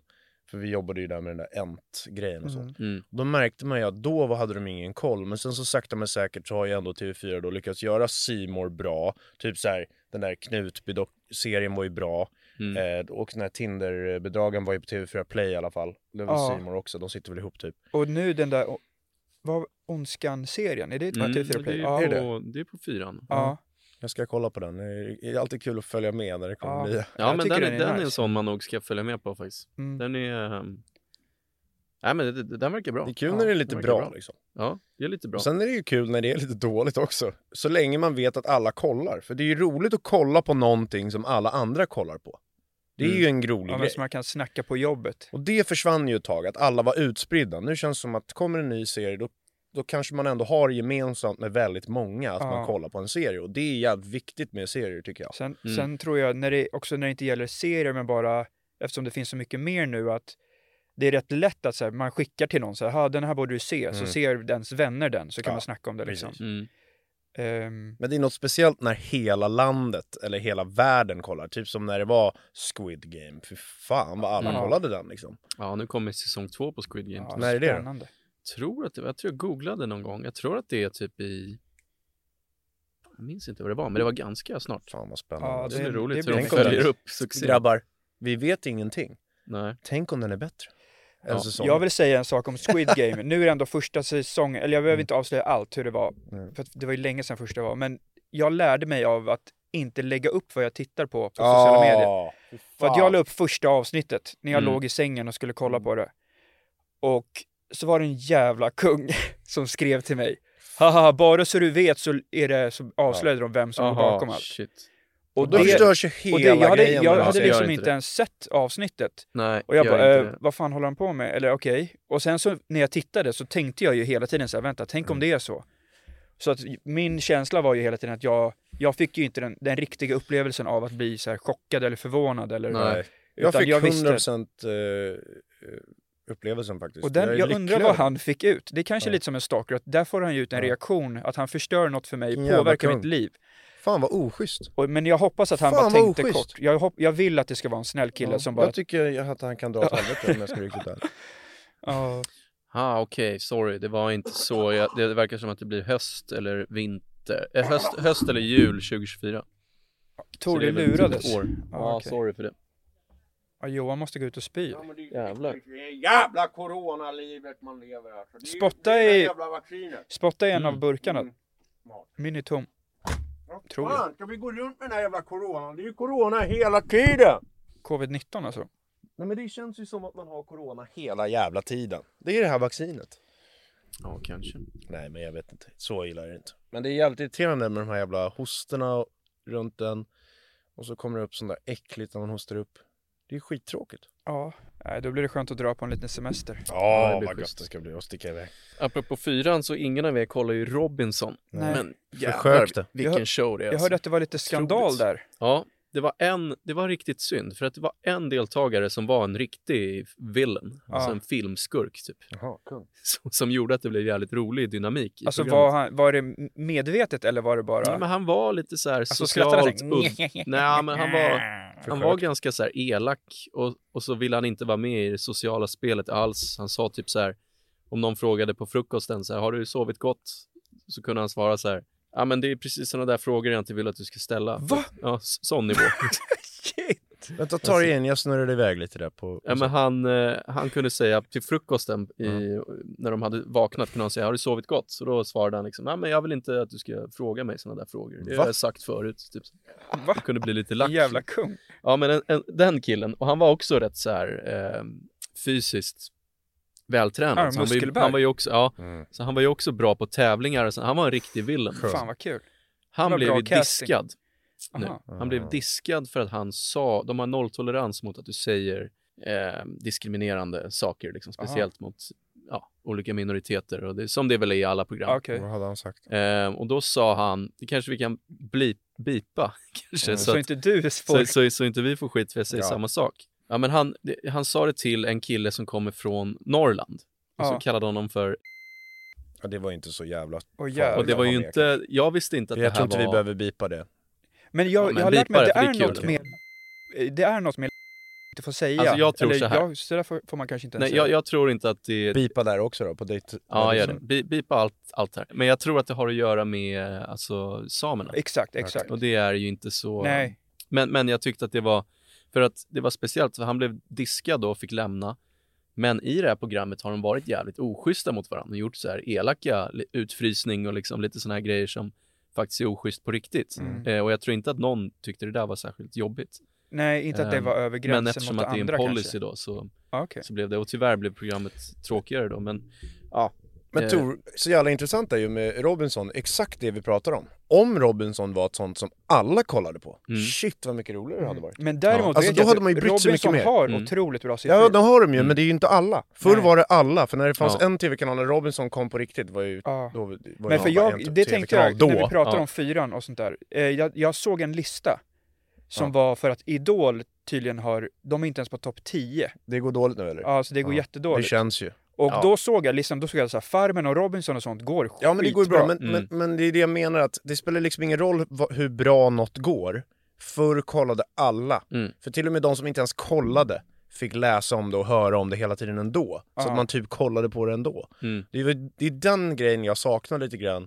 För vi jobbade ju där med den där Ent-grejen och sånt. Mm. Mm. Då märkte man ju att då hade de ingen koll. Men sen så sakta men säkert så har ju ändå T V fyra då lyckats göra C More bra. Typ så här, den där Knutby-serien var ju bra. Mm. Eh, och den här Tinder-bedragen var ju på T V fyra Play i alla fall. Det var Ja. C More också, de sitter väl ihop typ. Och nu den där, vad Ondskan-serien, är det Mm, T V fyra det, Play? är Ja. Är det? på, det är på fyran. Ja. Jag ska kolla på den. Det är alltid kul att följa med när det kommer Ja. nya. Ja, Jag men tycker den, är, den är den är en nice. sån man nog ska följa med på faktiskt. Mm. Den är... Um... Nej, men det, det, den verkar bra. Det är kul Ja, när det är lite det verkar bra, bra. liksom. Ja, det är lite bra. Och sen är det ju kul när det är lite dåligt också. Så länge man vet att alla kollar. För det är ju roligt att kolla på någonting som alla andra kollar på. Det är Mm. ju en rolig Ja, men grej. så man kan snacka på jobbet. Och det försvann ju ett tag, att alla var utspridda. Nu känns det som att kommer en ny serie, då, då kanske man ändå har gemensamt med väldigt många att Ja. man kollar på en serie. Och det är jävligt viktigt med serier tycker jag. Sen, Mm. sen tror jag, när det, också när det inte gäller serier, men bara eftersom det finns så mycket mer nu, att det är rätt lätt att så här, man skickar till någon så här, den här borde du se, så Mm. ser dens vänner den, så kan Ja, man snacka om det liksom. precis. Mm. Ehm, Men det är något speciellt när hela landet, eller hela världen kollar. Typ som när det var Squid Game. För fan vad alla Mm. kollade den liksom. Ja, nu kommer säsong två på Squid Game. ja, När är det då? spännande. Tror att det, jag tror jag googlade någon gång. Jag tror att det är typ i... Jag minns inte vad det var, men det var ganska snart. Fan vad spännande. Ja, Det är det- roligt det hur blir de kul. följer upp succén. Grabbar, vi vet ingenting. Nej. Tänk om den är bättre. En Ja. säsong. Jag vill säga en sak om Squid Game. Nu är det ändå första säsongen, eller jag behöver inte avslöja allt hur det var, Mm. för att det var ju länge sedan första var, men jag lärde mig av att inte lägga upp vad jag tittar på på Ah, sociala medier. fy För att fan. jag la upp första avsnittet när jag Mm. låg i sängen och skulle kolla på det. Och så var det en jävla kung som skrev till mig. Haha, bara så du vet så är det, så avslöjade de vem som låg bakom allt. shit. Och Då det, förstörs ju hela och det, jag hade, grejen. jag där. hade gör liksom inte inte det. ens sett avsnittet. Nej, Och jag gör bara, inte eh, det. vad fan håller han på med? Eller okej. Okay. Och sen så när jag tittade så tänkte jag ju hela tiden så här, vänta, tänk om det är så. Så att min känsla var ju hela tiden att jag, jag fick ju inte den, den riktiga upplevelsen av att bli så här chockad eller förvånad. Eller, Nej. Jag utan fick jag visste- hundra procent uh, upplevelsen faktiskt. Och den, är jag undrar lycklig vad över. han fick ut. Det är kanske Ja. lite som en stalker, att där får han ju ut en Ja. reaktion, att han förstör något för mig, Vilken jävla påverkar kung. mitt liv. Fan vad oschysst. Och, men jag hoppas att han Fan, bara vad tänkte oschysst. kort. Jag, hopp, jag vill att det ska vara en snäll kille Ja, som bara... Jag tycker att han kan dra åt helvete om jag ska vara riktigt där. Ja, Ah, okej, sorry. Det var inte så. Jag, det verkar som att det blir höst eller vinter. Eh, höst, höst eller jul tjugohundratjugofyra. Tor, Så det är väl lurades. typ ett år. Ja, Ja, okej. sorry för det. Ja, Johan måste gå ut och spy. Jävlar. Jävla coronalivet man lever här. Så det är ju- Spotta det är det i- jävla vaccinet. Spotta i en Mm. av burkarna. Mm. Min är tom. Tror jag. Fan, ska vi gå runt med den här jävla coronan? Det är ju corona hela tiden. covid nitton alltså. Nej men det känns ju som att man har corona hela jävla tiden. Det är det här vaccinet. Ja, kanske. Nej men jag vet inte, så illa är det inte. Men det är jävligt irriterande med de här jävla hosterna runt den. Och så kommer det upp sånt där äckligt när man hostar upp. Det är skittråkigt. Ja, nej, då blir det skönt att dra på en liten semester. Ja, det Ja, blir vad schysst. gott det ska bli att sticka iväg. Apropå fyran så ingen av er kollar ju Robinson. Nej. Men jävlar, Försökte. vilken Jag- show det är. Jag alltså. hörde att det var lite skandal Otroligt. där. Ja, det var en, det var riktigt synd. För att det var en deltagare som var en riktig villain. Ja. Alltså en filmskurk typ. Jaha, kung. Som, som gjorde att det blev jävligt rolig dynamik i Alltså programmet. var, han, var det medvetet eller var det bara... Ja, men han var lite så här alltså skrattade socialt han udd. så här, Nej, men han var, han var Försökt. ganska så här elak och, och så ville han inte vara med i det sociala spelet alls. Han sa typ så här, om någon frågade på frukosten så här, har du sovit gott? Så kunde han svara så här, ja men det är precis sådana där frågor jag inte vill att du ska ställa. Va? Ja, s- sån nivå. Shit. Vänta, ta det igen, jag snurrade iväg lite där på... Ja, men han, eh, han kunde säga till frukosten i, Mm. när de hade vaknat kunde han säga, har du sovit gott? Så då svarade han liksom, nej men jag vill inte att du ska fråga mig sådana där frågor. Det Va? har jag sagt förut. Typ. Va? Det kunde bli lite lack. En jävla kung. Ja, men en, en, den killen, och han var också rätt så här eh, fysiskt vältränad. Ja, Så han, var ju, muskelberg. han var ju också, ja, Mm. så han var ju också bra på tävlingar. Och så, han var en riktig villain. Fan vad kul. Han var blev bra ju casting. diskad. Nu. Aha. Han blev diskad för att han sa, de har nolltolerans mot att du säger eh, diskriminerande saker, liksom, speciellt mot ja, olika minoriteter. Och det, som det väl är i alla program. Okej. Vad hade han sagt? Eh, och då sa han, det kanske vi kan bli, bipa, kanske, Mm. så, Så att, inte du så, får... så, så inte vi får skit för jag säger Ja. samma sak. Ja, men han, det, han sa det till en kille som kommer från Norrland. Och så Ja. kallade honom för, Ja, det var inte så jävla... Åh, jävlar. och det var ju ha med, inte, jag visste inte att Jag det tror här inte var... vi behöver bipa det. Men jag, Ja, men jag har lärt mig bipa att det, det för är det är något kul. med... Det är något med inte får säga. Alltså, jag tror Eller, så här. Ja, så där får, får man kanske inte ens Nej, säga. jag, jag tror inte att det... Bipa där också då, på dejt. Ja, gör det. Bi- Bipa allt, allt här. Men jag tror att det har att göra med alltså, samerna. Exakt, exakt. Och det är ju inte så... Nej. Men, men jag tyckte att det var... För att det var speciellt, för han blev diskad då och fick lämna. Men i det här programmet har de varit jävligt oschyssta mot varandra och gjort så här elaka utfrysning och liksom lite såna här grejer som faktiskt är oschysst på riktigt. Mm. Eh, och jag tror inte att någon tyckte det där var särskilt jobbigt. Nej, inte att det Um, var över gränsen Men eftersom mot att det är en andra policy kanske. då så, Ah, okay. så blev det, och tyvärr blev programmet tråkigare då, men ja. Men Eh. Tor, så jävla intressant är ju med Robinson, exakt det vi pratar om. Om Robinson var ett sånt som alla kollade på, Mm. shit vad mycket roligare det hade varit. Men däremot Ja. vet Alltså, jag då att hade man ju brytt sig Robinson mycket mer. har Mm. otroligt bra siffror. Ja, det har de ju, Mm. men det är ju inte alla. Förr Nej. var det alla, för när det fanns Ja. en tv-kanal när Robinson kom på riktigt var ju... Ja. Då, var Men det för bara jag, en det tänkte jag då. när vi pratade Ja. om fyran och sånt där. Eh, jag, jag såg en lista som Ja. var för att Idol tydligen har, de är inte ens på topp tio. Det går dåligt nu eller? Ja, så det går Ja. jättedåligt. Det känns ju. Och Ja. då såg jag liksom, då såg jag så här, Farmen och Robinson och sånt går skitbra. Ja men det går ju bra, men, Mm. men, men det är det jag menar att det spelar liksom ingen roll vad, hur bra något går. Förr kollade alla. Mm. För till och med de som inte ens kollade fick läsa om det och höra om det hela tiden ändå. Så Ja. att man typ kollade på det ändå. Mm. Det är, väl- det är den grejen jag saknar lite grann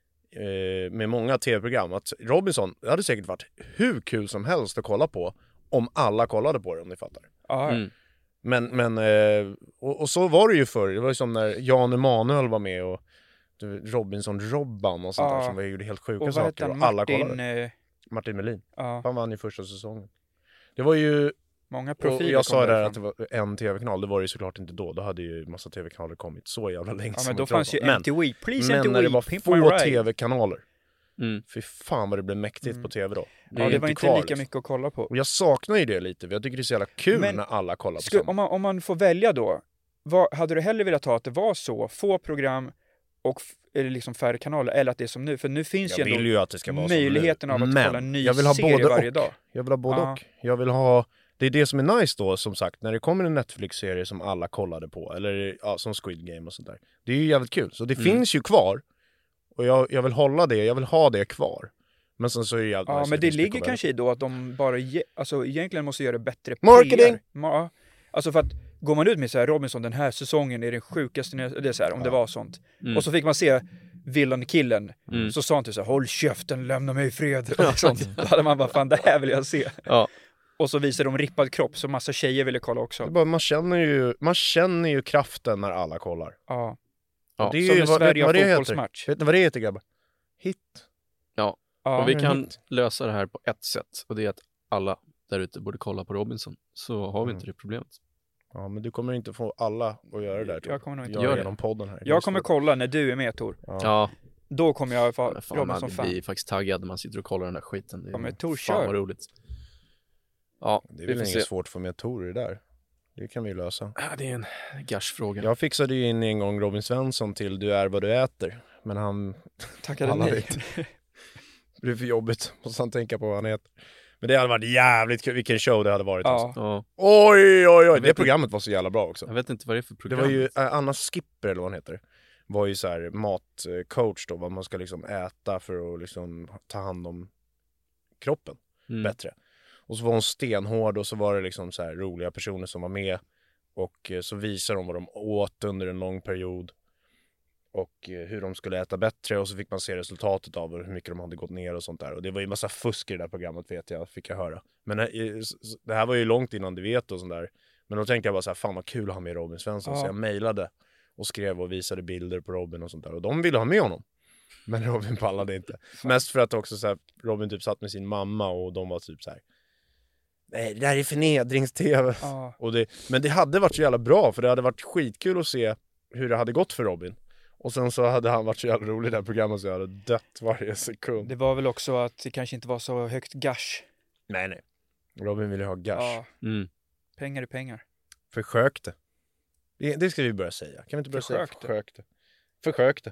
eh, med många tv-program. Att Robinson, det hade säkert varit hur kul som helst att kolla på om alla kollade på det, om ni fattar. Ja, Mm. Men, men eh, och, och så var det ju förr. Det var ju som när Jan Emanuel var med och du, Robinson-Robban och sånt Ja. där som var, gjorde helt sjuka och vad saker. hette han? Och alla Martin, kollade. eh, Martin Melin. ja, Han vann ju första säsongen. Det var ju, många och profiler jag sa kom där därifrån. att det var en tv-kanal, det var det ju såklart inte då. Då hade ju massa tv-kanaler kommit så jävla länge Ja, som men då vi pratar fanns ju om. men, M T V. Please men M T V, när det var pimp my få ride. tv-kanaler, Mm. fy fan vad det blev mäktigt Mm. på tv då. Ja, det var inte kvar, lika liksom. mycket att kolla på. Och jag saknar ju det lite, för jag tycker det är så jävla kul Men när alla kollar på Skulle, samma. om, man, om man får välja då, vad, hade du hellre velat ha att det var så, få program och f- eller liksom färre kanaler, eller att det är som nu? För nu finns Jag ju vill ändå ju att det ska vara möjligheten av att Men kolla en ny jag vill ha serie både varje och. dag. Jag vill ha både Ja. och. Jag vill ha, det är det som är nice då, som sagt, när det kommer en Netflix-serie som alla kollade på, eller ja, som Squid Game och sånt där. Det är ju jävligt kul, så det Mm. finns ju kvar. Och jag, jag vill hålla det, jag vill ha det kvar. Men sen så är det jävligt Ja, nice men att det finns mycket ligger att välja. kanske i då att de bara, ge, alltså egentligen måste göra bättre Marketing! P R. Ma- Alltså för att går man ut med så här, Robinson, den här säsongen är den sjukaste, ni- det är så här, om det var sånt. Mm. Och så fick man se villankillen, Mm. så sa han typ så här, håll käften, lämna mig i fred. Och sånt. Då hade man bara, fan det här vill jag se. Ja. Och så visade de rippad kropp, så massa tjejer ville kolla Det är också. bara, man, känner ju, man känner ju kraften när alla kollar. Ja. Ja. Det är Som ju när vad, vet Sverige ni vad har det heter? fotbollsmatch. Vet ni vad det heter, grabbar? Hit. Ja. Och vi men kan hit. lösa det här på ett sätt, och det är att alla där ute borde kolla på Robinson, så har vi Mm. inte det problemet. Ja, men du kommer inte få alla att göra det där, tror Jag kommer nog inte Gör göra det det. genom podden här. Det är Jag kommer svårt. kolla när du är med, Tor. Ja. Ja, Då kommer jag men vara fan, man Robinson-fan. blir faktiskt taggad när man sitter och kollar den där skiten. Det är Ja, men Tor, fan kör. vad roligt. Ja, Det är vi väl får inget se. svårt att få med Tor i det där. Det kan vi lösa. Ja, det är en gashfråga. Jag fixade ju in en gång Robin Svensson till Du är vad du äter. Men han Tackade Alla nej. vet. det blir för jobbigt. Måste han tänka på vad han heter. Men det hade varit jävligt kul. Vilken show det hade varit. Alltså. Ja. Ja, Oj, oj, oj. vet Det inte. programmet var så jävla bra också. jag vet inte vad det är för Det program. var ju äh, Anna Skipper eller vad hon heter. Var ju så här matcoach då. Vad man ska liksom äta för att liksom ta hand om kroppen mm. bättre. Och så var hon stenhård och så var det liksom så här roliga personer som var med. Och eh, så visar de vad de åt under en lång period. Och eh, hur de skulle äta bättre. Och så fick man se resultatet av hur mycket de hade gått ner och sånt där. Och det var ju massa fusk i det där programmet, vet jag, fick jag höra. Men eh, s- s- det här var ju långt innan du vet och sånt där. Men då tänkte jag bara så här, fan vad kul att ha med Robin Svensson. Ja. Så jag mejlade och skrev och visade bilder på Robin och sånt där. Och de ville ha med honom. Men Robin pallade inte. Mest för att också så här, Robin typ satt med sin mamma och de var typ så här. Nej, det där är förnedrings-tv. Ja. Och det, men det hade varit så jävla bra, för det hade varit skitkul att se hur det hade gått för Robin. Och sen så hade han varit så jävla rolig i det här programmet så jag hade dött varje sekund. Det var väl också att det kanske inte var så högt gash. Nej, nej. Robin ville ha gash. Ja, Mm. pengar är pengar. Försökte. Det, det ska vi börja säga. Kan vi inte börja Försökte. säga försökte? Försökte.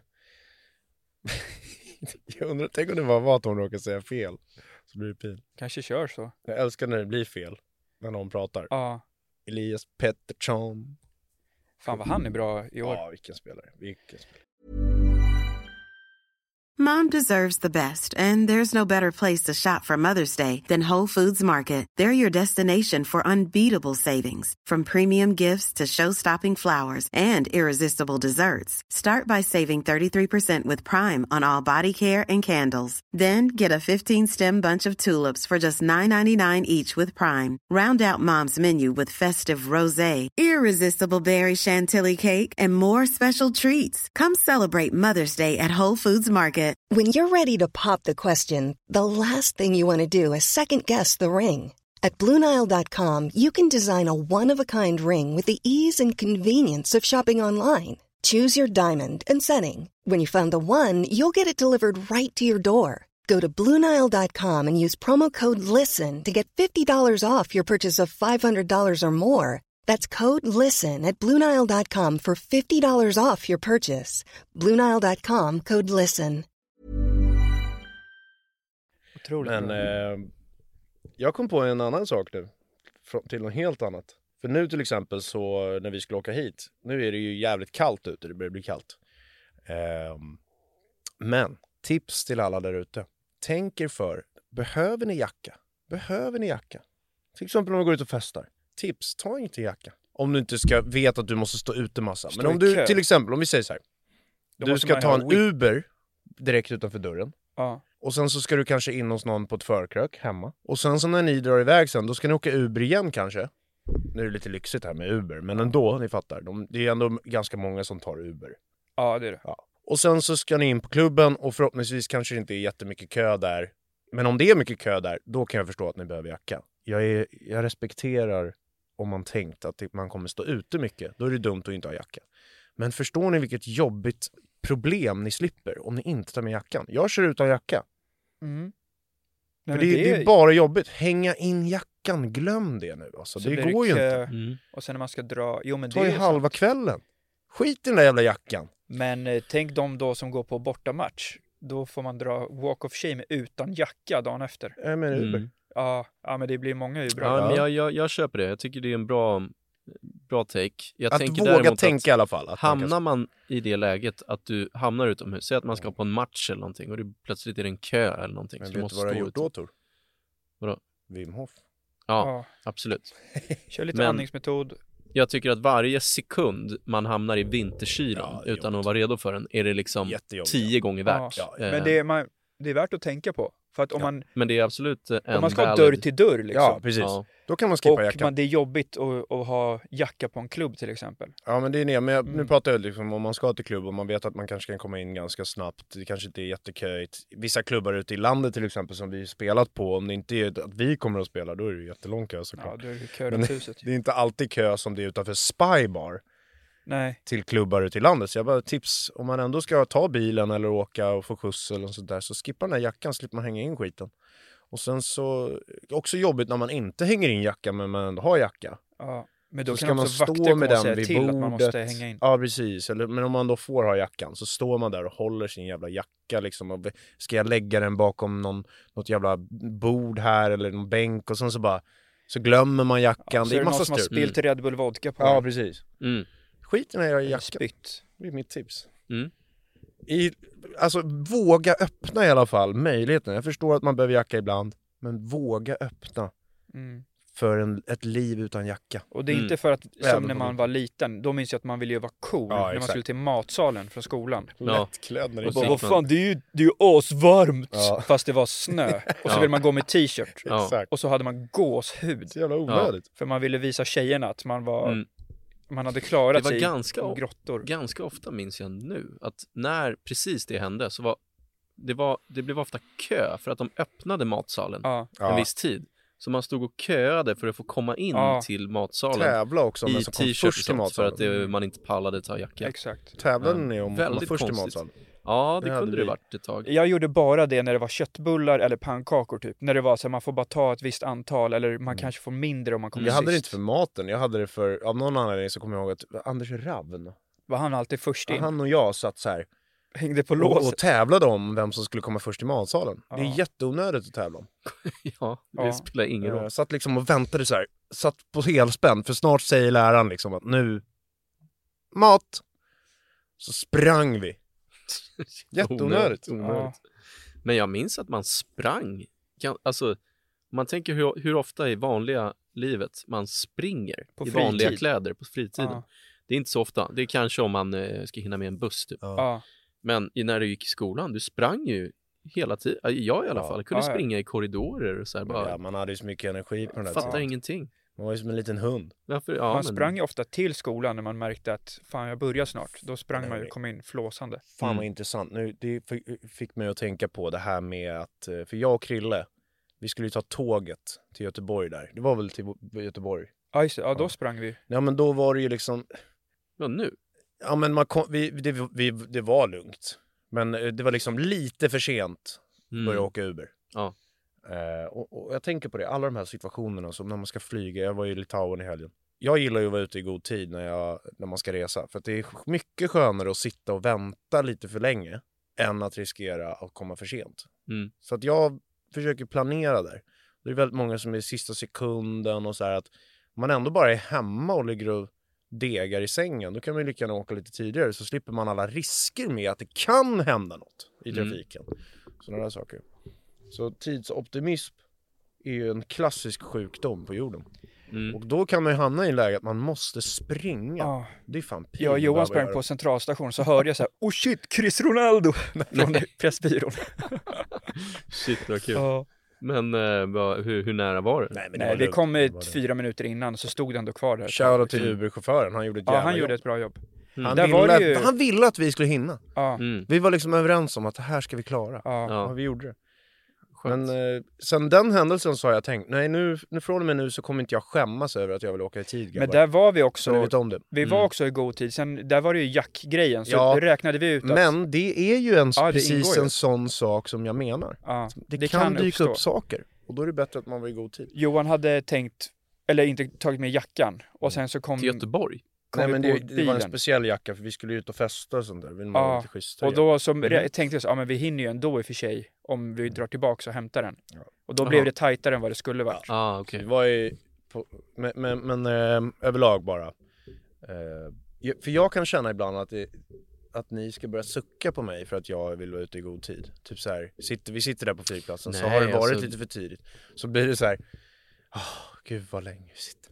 Jag undrar, tänk om det var vad att hon råkade säga fel. Så blir det pin. Kanske kör så. Jag älskar när det blir fel. När någon pratar. Ja. Elias Pettersson. Fan vad han är bra i år. Ja, vilken spelare. Vilken spelare. Mom deserves the best, and there's no better place to shop for Mother's Day than Whole Foods Market. They're your destination for unbeatable savings, from premium gifts to show-stopping flowers and irresistible desserts. Start by saving thirty-three percent with Prime on all body care and candles. Then get a fifteen-stem bunch of tulips for just nine ninety-nine each with Prime. Round out Mom's menu with festive rosé, irresistible berry chantilly cake, and more special treats. Come celebrate Mother's Day at Whole Foods Market. When you're ready to pop the question, the last thing you want to do is second-guess the ring. At Blue Nile dot com, you can design a one-of-a-kind ring with the ease and convenience of shopping online. Choose your diamond and setting. When you find the one, you'll get it delivered right to your door. Go to Blue Nile dot com and use promo code LISTEN to get fifty dollars off your purchase of five hundred dollars or more. That's code LISTEN at Blue Nile dot com for fifty dollars off your purchase. Blue Nile dot com, code LISTEN. Otroligt Men bra. eh, jag kom på en annan sak nu. Fr- till något helt annat. För nu till exempel så när vi skulle åka hit. Nu är det ju jävligt kallt ute. Det börjar bli kallt. Eh, men tips till alla där ute. Tänk er för. Behöver ni jacka? Behöver ni jacka? Till exempel om du går ut och festar. Tips, ta inte jacka. Om du inte ska veta att du måste stå ute massa. Stå Men om i du kö. till exempel, om vi säger så här. Då Du måste ska man ta ha en wi- Uber direkt utanför dörren. Ja. Och sen så ska du kanske in hos någon på ett förkrök hemma. Och sen så när ni drar iväg sen, då ska ni åka Uber igen kanske. Nu är det lite lyxigt här med Uber, men ändå, ni fattar. De, det är ändå ganska många som tar Uber. Ja, det är det. Ja. Och sen så ska ni in på klubben och förhoppningsvis kanske det inte är jättemycket kö där. Men om det är mycket kö där, då kan jag förstå att ni behöver jacka. Jag, är, jag respekterar om man tänkt att man kommer stå ute mycket. Då är det dumt att inte ha jacka. Men förstår ni vilket jobbigt problem ni slipper om ni inte tar med jackan? Jag kör utan jacka. Mm. För Nej, det, men det är bara jobbigt. Hänga in jackan, glöm det nu. Alltså, så det blir går ju kö, inte. Mm. Och sen när man ska dra... Jo, men Ta det i är halva sant. kvällen. Skit i den där jävla jackan. Men eh, tänk de då som går på bortamatch. Då får man dra walk of shame utan jacka dagen efter. Jag menar Uber. Mm. Ja, ja men det blir många Uber. Ja, Ja. men jag, jag, jag köper det. Jag tycker det är en bra, bra take. Jag Att tänker våga däremot tänka att i alla fall. Att man hamnar kan... man i det läget att du hamnar utomhus, säg att man ska på en match eller någonting och det, plötsligt är det en kö eller någonting. Men så vet du du måste vad du har stå gjort ut. då, Tor? Vadå? Wim Hof. Ja, Ja, absolut. kör lite Men- andningsmetod. Jag tycker att varje sekund man hamnar i vinterkylan Ja, det är utan jobbigt. att vara redo för den är det liksom Jättejobbigt. tio gånger Ja. värt. Ja, Eh, Men det är, man, det är värt att tänka på. För att om Ja. man, men det är absolut eh, en om man ska ha valid- dörr till dörr liksom. Ja, precis. Ja. Då kan man skippa och jackan. man, det är jobbigt att, att ha jacka på en klubb till exempel. Ja, men det är det. Men jag, nu Mm. pratar jag liksom om man ska till klubb och man vet att man kanske kan komma in ganska snabbt. Det kanske inte är jätteköjt. Vissa klubbar ute i landet till exempel som vi spelat på, om det inte är att vi kommer att spela, då är det jättelång kö Ja, såklart. då är det kö Men runt huset. Det är inte alltid kö som det är utanför Spybar Nej. till klubbar ute i landet. Så jag bara tips, om man ändå ska ta bilen eller åka och få skjuts eller sånt där, så skippa den här jackan, slipper man hänga in skiten. Och sen så, också jobbigt när man inte hänger in jacka men man ändå har jacka. Ja. Men då Så kan ska man också vakter stå komma med och den säga vid till att man måste bordet. hänga in. Ja, precis. Eller, men om man då får ha jackan så står man där och håller sin jävla jacka liksom. Och ska jag lägga den bakom någon, något jävla bord här eller någon bänk och sen så bara så glömmer man jackan. Ja, så det är är det någon massa som har styr. spillt Red Bull vodka på Ja, den. precis. Mm. Skit i den här Eller jackan. spytt. Det är mitt tips. Mm. I, alltså våga öppna i alla fall möjligheten. Jag förstår att man behöver jacka ibland. Men våga öppna Mm. för en, ett liv utan jacka. Och det är Mm. inte för att, Även som på när man vintern. var liten, då minns jag att man ville ju vara cool Ja, när man exakt. skulle till matsalen från skolan. Ja. Lättklädd när det Och är Och så bara, gick vad man- fan, det är ju, det är ju asvarmt! Ja. Fast det var snö. Och så Ja. ville man gå med t-shirt. Ja. Exakt. Och så hade man gåshud. Så jävla onödigt. För man ville visa tjejerna att man var, Mm. man hade klarat Det var sig ganska i o- grottor. Ganska ofta minns jag nu att när precis det hände så var det, var, det blev ofta kö för att de öppnade matsalen Ja. en Ja. viss tid. Så man stod och köade för att få komma in Ja. till matsalen Tävla också om i vem som kom t-shirt och först till sånt för att matsalen. det, man inte pallade ta jacka. Exakt. Tävlade Ja, ni om att komma väldigt först till konstigt. matsalen? Ja, Det det hade kunde det vi. varit ett tag. Jag gjorde bara det när det var köttbullar eller pannkakor typ. När det var så här, man får bara ta ett visst antal eller man kanske får mindre om man kommer Mm. Jag hade det inte sist. för maten, jag hade det för, av någon anledning så kommer jag ihåg att Anders Ravn, Var han alltid först in? han och jag satt så här Hängde på och, låset. och tävlade om vem som skulle komma först till matsalen. Det är Ja. jätteonödigt att tävla om. Ja, det Ja. spelar ingen roll. Jag satt liksom och väntade så här, satt på helspänn, för snart säger läraren liksom att nu, mat. Så sprang vi. Jätteonödigt. Onödigt. Men jag minns att man sprang. Alltså, man tänker hur, hur ofta i vanliga livet man springer På i fritid. vanliga kläder på fritiden. Ja. Det är inte så ofta. Det är kanske om man eh, ska hinna med en buss typ. Ja. Ja. Men i- när du gick i skolan, du sprang ju hela tiden. Jag i alla Ja. fall. Jag kunde Ja, ja. springa i korridorer och så här bara. Ja, man hade ju så mycket energi på den där Fattar tiden. ingenting. Man var ju som en liten hund. Varför? Ja, Man men, sprang ju ofta till skolan när man märkte att fan jag börjar snart. Då sprang Nej, man ju nej. och kom in flåsande. Fan Mm. vad intressant. Nu, det f- fick mig att tänka på det här med att, eh, för jag och Krille, vi skulle ju ta tåget till Göteborg där. Det var väl till Bo- Göteborg? Ja, just det. Ja, då Ja. sprang vi. Ja, men då var det ju liksom, Ja, nu. ja men man kom, vi, det, vi, det var lugnt. Men eh, det var liksom lite för sent att Mm. börja åka Uber. Ja. Eh, och, och jag tänker på det, alla de här situationerna som när man ska flyga, jag var i Litauen i helgen. Jag gillar ju att vara ute i god tid när, jag, när man ska resa. För att det är mycket skönare att sitta och vänta lite för länge än att riskera att komma för sent. Mm. Så att jag försöker planera där. Det är väldigt många som är i sista sekunden och så här att om man ändå bara är hemma och ligger och degar i sängen, då kan man ju lika gärna åka lite tidigare så slipper man alla risker med att det kan hända något i Mm. trafiken. Sådana där saker. Så tidsoptimism är ju en klassisk sjukdom på jorden. Mm. Och då kan man ju hamna i en läge att man måste springa. Ja. Det är fan pin Jag och att Johan behöva sprang göra. på centralstation så hörde jag så här, oh shit, Chris Ronaldo från Pressbyrån. Shit, vad kul. Ja. Men eh, vad, hur, hur nära var det? Nej, men det Nej, var vi lugnt. kom Det ett var lugnt. fyra minuter innan så stod det ändå kvar där. Shoutout till Mm. Uber-chauffören, han gjorde ett Ja, jävla han gjorde jobb. ett bra jobb. Han, Där ville, var det ju- han ville att vi skulle hinna. Ja, Mm. Vi var liksom överens om att det här ska vi klara. ja. Ja, Ja, vi gjorde det. skönt. Men eh, sen den händelsen så har jag tänkt, nej nu, nu från och med nu så kommer inte jag skämmas över att jag vill åka i tid. Men grabbar. där var vi Så ni också, vet om det. vi var Mm. också i god tid. Sen, där var det ju jackgrejen, så Ja, räknade vi ut att Men det är ju en, Ja, det precis ingår ju. en sån sak som jag menar. ja, Det, kan, dyka uppstå. upp saker. Och då är det bättre att man var i god tid. Johan hade tänkt, eller inte tagit med jackan. Och sen så kom, Till Göteborg? kom Nej vi men på det, det var en bilen. speciell jacka för vi skulle ut och festa och sånt där. Vi Ja, var lite schyssta. Och då så Mhm. tänkte jag så, ja men vi hinner ju ändå i och för sig om vi drar tillbaka och hämtar den. Ja. Och då Jaha. blev det tajtare än vad det skulle varit. Ah, Så okej. vi var i, på, men, men, men eh, överlag bara. Eh, ju- för jag kan känna ibland att, det, att ni ska börja sucka på mig för att jag vill vara ute i god tid. Typ så här, sitter, vi sitter där på flygplatsen så Nej, har det varit alltså- lite för tidigt. Så blir det så här, åh gud vad länge vi sitter.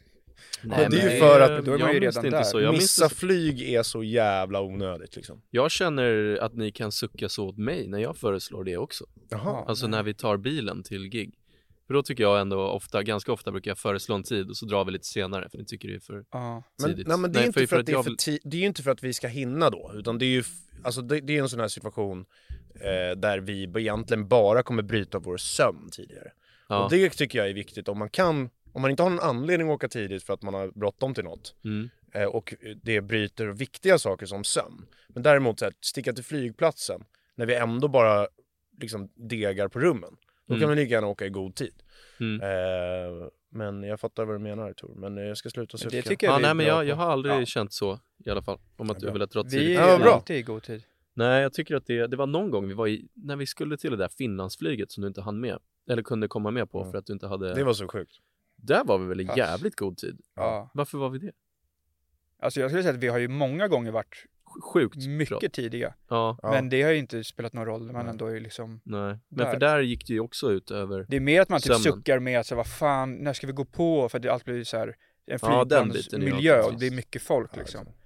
Nej, det är ju men för att- då är man jag ju minns redan det inte där. så. Jag, minns Missa det, flyg är så jävla onödigt liksom. jag känner att ni kan sucka så åt mig när jag föreslår det också. Jaha. Alltså när vi tar bilen till gig. För då tycker jag ändå ofta, ganska ofta brukar jag föreslå en tid och så drar vi lite senare för ni tycker det är för Ja. Men, tidigt. nej, men det är Nej, inte för, att det är jag för vill- ti- det är ju inte för att vi ska hinna då, utan det är ju f- alltså det, det är en sån här situation eh, där vi b- egentligen bara kommer bryta vår sömn tidigare. Ja. Och det tycker jag är viktigt om man kan, om man inte har någon anledning att åka tidigt för att man har bråttom till något Mm. eh, och det bryter viktiga saker som sömn. Men däremot så här, sticka till flygplatsen när vi ändå bara liksom degar på rummen. Då Mm. kan vi lika gärna åka i god tid. Mm. Eh, men jag fattar vad du menar Tor, men eh, jag ska sluta sucka. Det tycker jag Ja, vi är nej men bra jag, på. jag har aldrig Ja. känt så i alla fall. Om att Ja, du bra. har velat dra Vi tidigt. är Ja, bra. alltid i god tid. Nej, jag tycker att det, det var någon gång vi var i, när vi skulle till det där Finlandsflyget som du inte hann med. Eller kunde komma med på Mm. för att du inte hade... Det var så sjukt. Där var vi väl i Pass. jävligt god tid. Ja. Varför var vi det? Alltså jag skulle säga att vi har ju många gånger varit Sj- Sjukt mycket bra. tidiga. Ja, Ja. Men det har ju inte spelat någon roll. Man Nej. ändå är liksom... nej. Men Där. för där gick det ju också ut över... Det är mer att man typ Sömnen. suckar med att så, vad fan, när ska vi gå på? För det allt blir så här en Ja, den biten är ju flygplansmiljö och alltid- det är mycket folk Ja, liksom. exakt.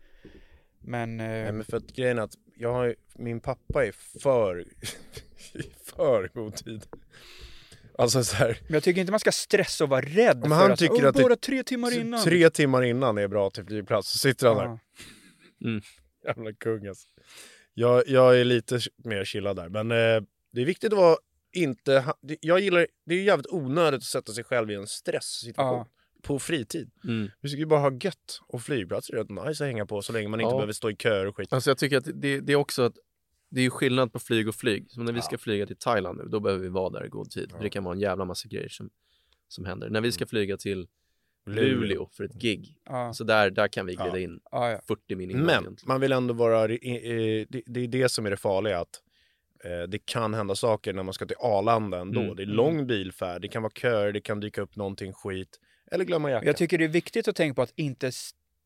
Men, eh, Nej, men för att grejen är att jag har, ju- min pappa är för, i för god tid. Alltså så här, men jag tycker inte man ska stressa och vara rädd Men för han att, tycker "Åh, att det- bara tre timmar innan. tre timmar innan är bra till flygplats, så sitter han där. Ja. Jävla kung alltså. jag, jag är lite mer chillad där, men eh, det är viktigt att vara inte, ha- det- jag gillar, det är ju jävligt onödigt att sätta sig själv i en stresssituation. Ja. På fritid. Mm. Vi ska ju bara ha gött, och flygplatser är rätt nice att hänga på så länge man inte Ja. behöver stå i köer och skit. Alltså jag tycker att det, det är också att det är ju skillnad på flyg och flyg. Så när vi Ja. ska flyga till Thailand nu, då behöver vi vara där i god tid. Ja. Det kan vara en jävla massa grejer som, som händer. När vi ska flyga till Luleå. Luleå för ett gig, Ja. så där, där kan vi glida Ja. in Ja, ja. fyrtio minuter innan Men egentligen. man vill ändå vara, i- i- det, det är det som är det farliga, att eh, det kan hända saker när man ska till Arlanda ändå. Mm. Det är lång bilfärd, det kan vara köer, det kan dyka upp någonting skit. Eller glömma jackan. Jag tycker det är viktigt att tänka på att inte s-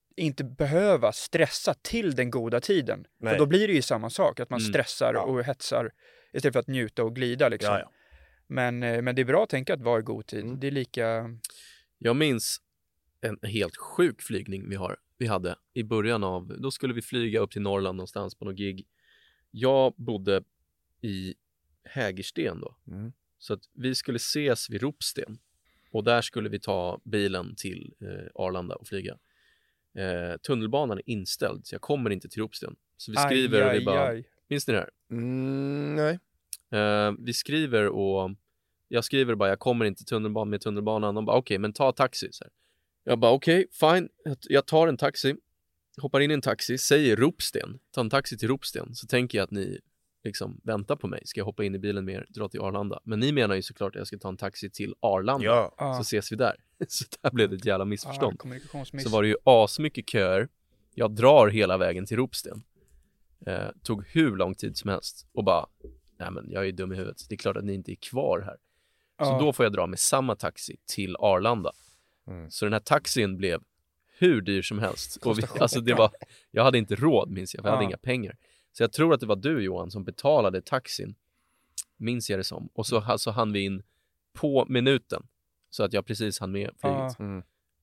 inte behöva stressa till den goda tiden. Nej. För då blir det ju samma sak, att man Mm. stressar Ja. och hetsar istället för att njuta och glida liksom. Ja, ja. Men, eh, men det är bra att tänka att vara i god tid. Mm. Det är lika... Jag minns en helt sjuk flygning vi, har, vi hade i början av, då skulle vi flyga upp till Norrland någonstans på någon gig. Jag bodde i Hägersten då. Mm. Så att vi skulle ses vid Ropsten. Och där skulle vi ta bilen till eh, Arlanda och flyga. Eh, tunnelbanan är inställd, så jag kommer inte till Ropsten. Så vi skriver aj, och vi aj, bara, aj. minns ni det här? Mm, nej. Eh, vi skriver och jag skriver bara, jag kommer inte tunnelban med tunnelbanan. De bara, okej, okay, men ta taxi. Så här. Jag bara, okej, okay, fine. Jag tar en taxi, hoppar in i en taxi, säger Ropsten, tar en taxi till Ropsten. Så tänker jag att ni liksom väntar på mig. Ska jag hoppa in i bilen med er, dra till Arlanda? Men ni menar ju såklart att jag ska ta en taxi till Arlanda. Ja. Ja. Så ses vi där. Så där blev det ett jävla missförstånd. Ah, kommunikationsmiss. Så var det ju asmycket köer. Jag drar hela vägen till Ropsten. Eh, tog hur lång tid som helst. Och bara, nej men jag är dum i huvudet. Det är klart att ni inte är kvar här. Så Ja. då får jag dra med samma taxi till Arlanda. Mm. Så den här taxin blev hur dyr som helst. Och vi, Kostar alltså det var, jag hade inte råd, minns jag, för jag hade Ja. inga pengar. Så jag tror att det var du, Johan, som betalade taxin. Minns jag det som. Och så alltså hann vi in på minuten. Så att jag precis hann med flyget. Ja. Mm. Um,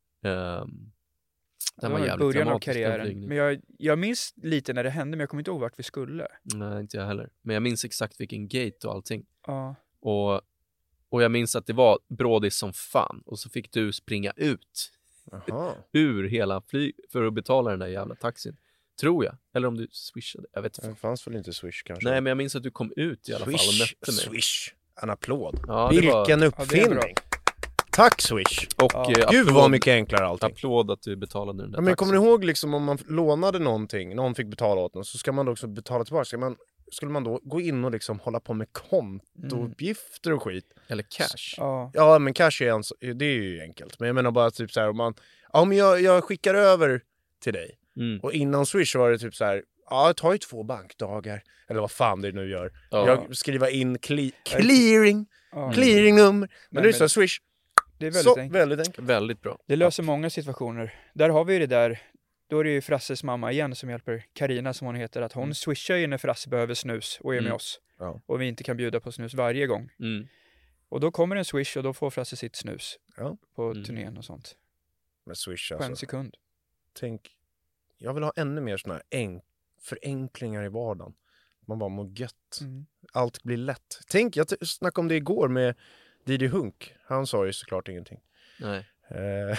Det den var var i jävligt början av dramatisk, den karriären. flygningen. Men jag, jag minns lite när det hände, men jag kommer inte ihåg vart vi skulle. Nej, inte jag heller. Men jag minns exakt vilken gate och allting. Ja. Och, och jag minns att det var brådis som fan. Och så fick du springa ut Jaha. ur hela flyg för att betala den där jävla taxin. Tror jag. Eller om du swishade. Jag vet inte. Det fanns väl inte Swish kanske? Nej, men jag minns att du kom ut i alla fall och Swish, mötte mig. Swish. En applåd. Ja, det Vilken var- Ja, det är uppfinning. bra. Tack Swish. Och Ja. eh, Gud applåd, vad mycket enklare allting. applåd att du betalade den där Ja, men taxin. kommer ni ihåg liksom om man lånade någonting, någon fick betala åt den, så ska man då också betala tillbaka. Ska man, skulle man då gå in och liksom hålla på med kontouppgifter och skit? Eller cash. Ja. Ja, men cash är, en, det är ju enkelt. Men jag menar bara typ så här, om man, ja men jag, jag skickar över till dig. Mm. Och innan Swish var det typ så här, ja det tar ju två bankdagar. Eller vad fan det nu gör. Ja. Jag skriver in cle- clearing, Ja. clearingnummer. Men Men- det är så här, men- Swish. Det är väldigt Så, enkelt. väldigt enkelt. Väldigt bra. Det löser många situationer. Där har vi ju det där. Då är det ju Frasses mamma igen som hjälper Karina som hon heter. Att hon Mm. swishar ju när Frasse behöver snus och är med Mm. oss. Ja. Och vi inte kan bjuda på snus varje gång. Mm. Och då kommer en swish och då får Frasse sitt snus. Ja. På Mm. turnén och sånt. Med Swish På en alltså. sekund. Tänk, jag vill ha ännu mer såna här en- förenklingar i vardagen. Man bara mår gött. Mm. Allt blir lätt. Tänk, jag t- snackade om det igår med Didi Hunk. Han sa ju såklart ingenting. Nej. Eh,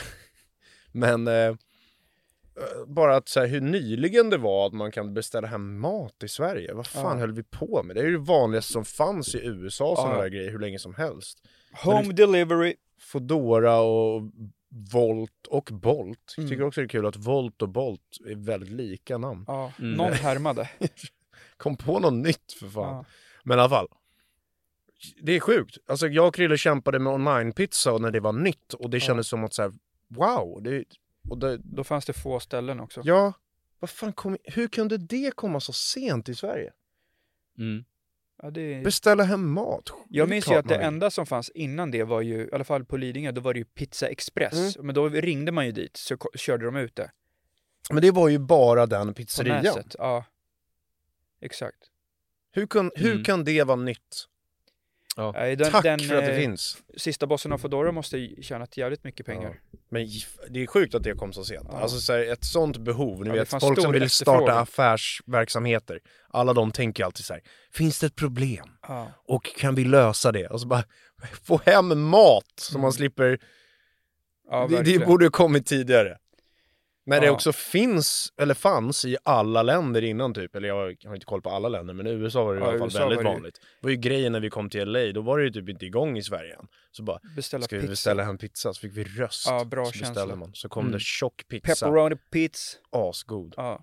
men eh, bara att så här, hur nyligen det var att man kan beställa hem mat i Sverige. Vad fan Ja. höll vi på med? Det är ju det vanligaste som fanns i U S A, sådana Ja. där grejer, hur länge som helst. Home delivery. Foodora och Volt och Bolt. Jag Mm. tycker också det är kul att Volt och Bolt är väldigt lika namn. Ja, Mm. någon härmade. Kom på något nytt för fan. Ja. Men i alla fall. Det är sjukt. Alltså jag och Krille kämpade med online-pizza när det var nytt. Och det Ja. kändes som att så här, wow. Det, och det, Då fanns det få ställen också. ja, vad fan kom, hur kunde det komma så sent i Sverige? Mm. Ja, det... Beställa hem mat. Det Jag är minns klart ju att det man vill. enda som fanns innan det var ju, i alla fall på Lidingö, då var det ju Pizza Express. Mm. Men då ringde man ju dit så ko- körde de ut det. Men det var ju bara den På pizzerian. näset. Ja, exakt. Hur, kun, hur Mm. kan det vara nytt? Ja. Nej, den, Tack den, för att det eh, finns. Sista bossen av Foodora måste ju tjänat jävligt mycket pengar. Men j- det är sjukt att det kom så sent. Ja. Alltså så här, ett sånt behov. Ni Ja, det vet, fanns folk som stor vill starta efterfrågan. affärsverksamheter. Alla de tänker alltid så här, finns det ett problem? Ja. Och kan vi lösa det? Och så bara, få hem mat så Mm. man slipper... Ja, det, det verkligen. borde ju kommit tidigare. När det Ja. också finns, eller fanns i alla länder innan typ, eller jag har inte koll på alla länder, men i U S A var det i Ja, alla i fall U S A väldigt var det ju- vanligt. Det var ju grejen när vi kom till L A, då var det ju typ inte igång i Sverige än. Så bara, Beställa ska vi pizza. beställa hem pizza? Så fick vi röst. Ja, bra så känsla. beställer man. Så kom Mm. det tjock pizza, Pepperoni pizza. asgod. Ja.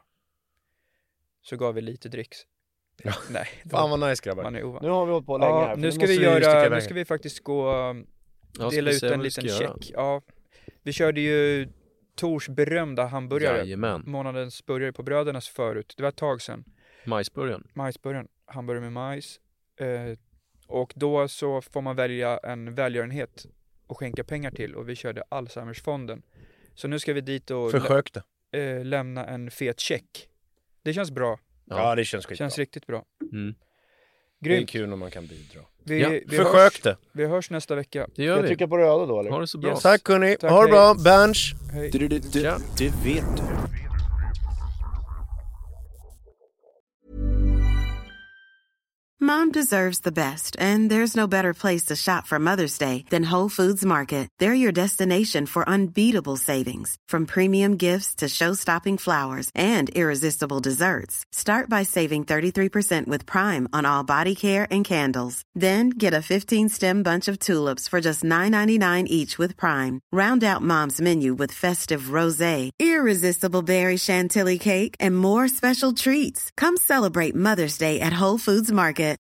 Så gav vi lite dricks. Ja. Nej, då, Fan vad nice grabbar. man är ovan. Nu har vi hållit på länge här. Ja, för nu ska måste vi sticka göra, iväg. nu ska vi faktiskt gå um, Ja, ska dela vi ut se en vad vi liten ska göra? check. Ja, vi körde ju Tors berömda hamburgare. Jajamän. Månadens burgare på Brödernas förut. Det var ett tag sedan. Majsburgaren. Majsburgaren. Hamburgare med majs. Eh, och då så får man välja en välgörenhet och skänka pengar till. Och vi körde Alzheimersfonden. Så nu ska vi dit och... Försök det. eh, lämna en fet check. Det känns bra. Ja, Ja. det känns skitbra. Känns riktigt bra. Mm. Det är Grymt. kul när man kan bidra. Vi, Ja, vi, Försök hörs, det. vi hörs nästa vecka. Det gör Jag vi. trycker på röda då eller? Ha det så bra. Yes. Tack hörni, Tack, ha det hej. bra, Berns. Hej. Du, du, du, Ja. det vet du. Mom deserves the best, and there's no better place to shop for Mother's Day than Whole Foods Market. They're your destination for unbeatable savings, from premium gifts to show-stopping flowers and irresistible desserts. Start by saving thirty-three percent with Prime on all body care and candles. Then get a fifteen-stem bunch of tulips for just nine ninety-nine each with Prime. Round out Mom's menu with festive rosé, irresistible berry chantilly cake, and more special treats. Come celebrate Mother's Day at Whole Foods Market.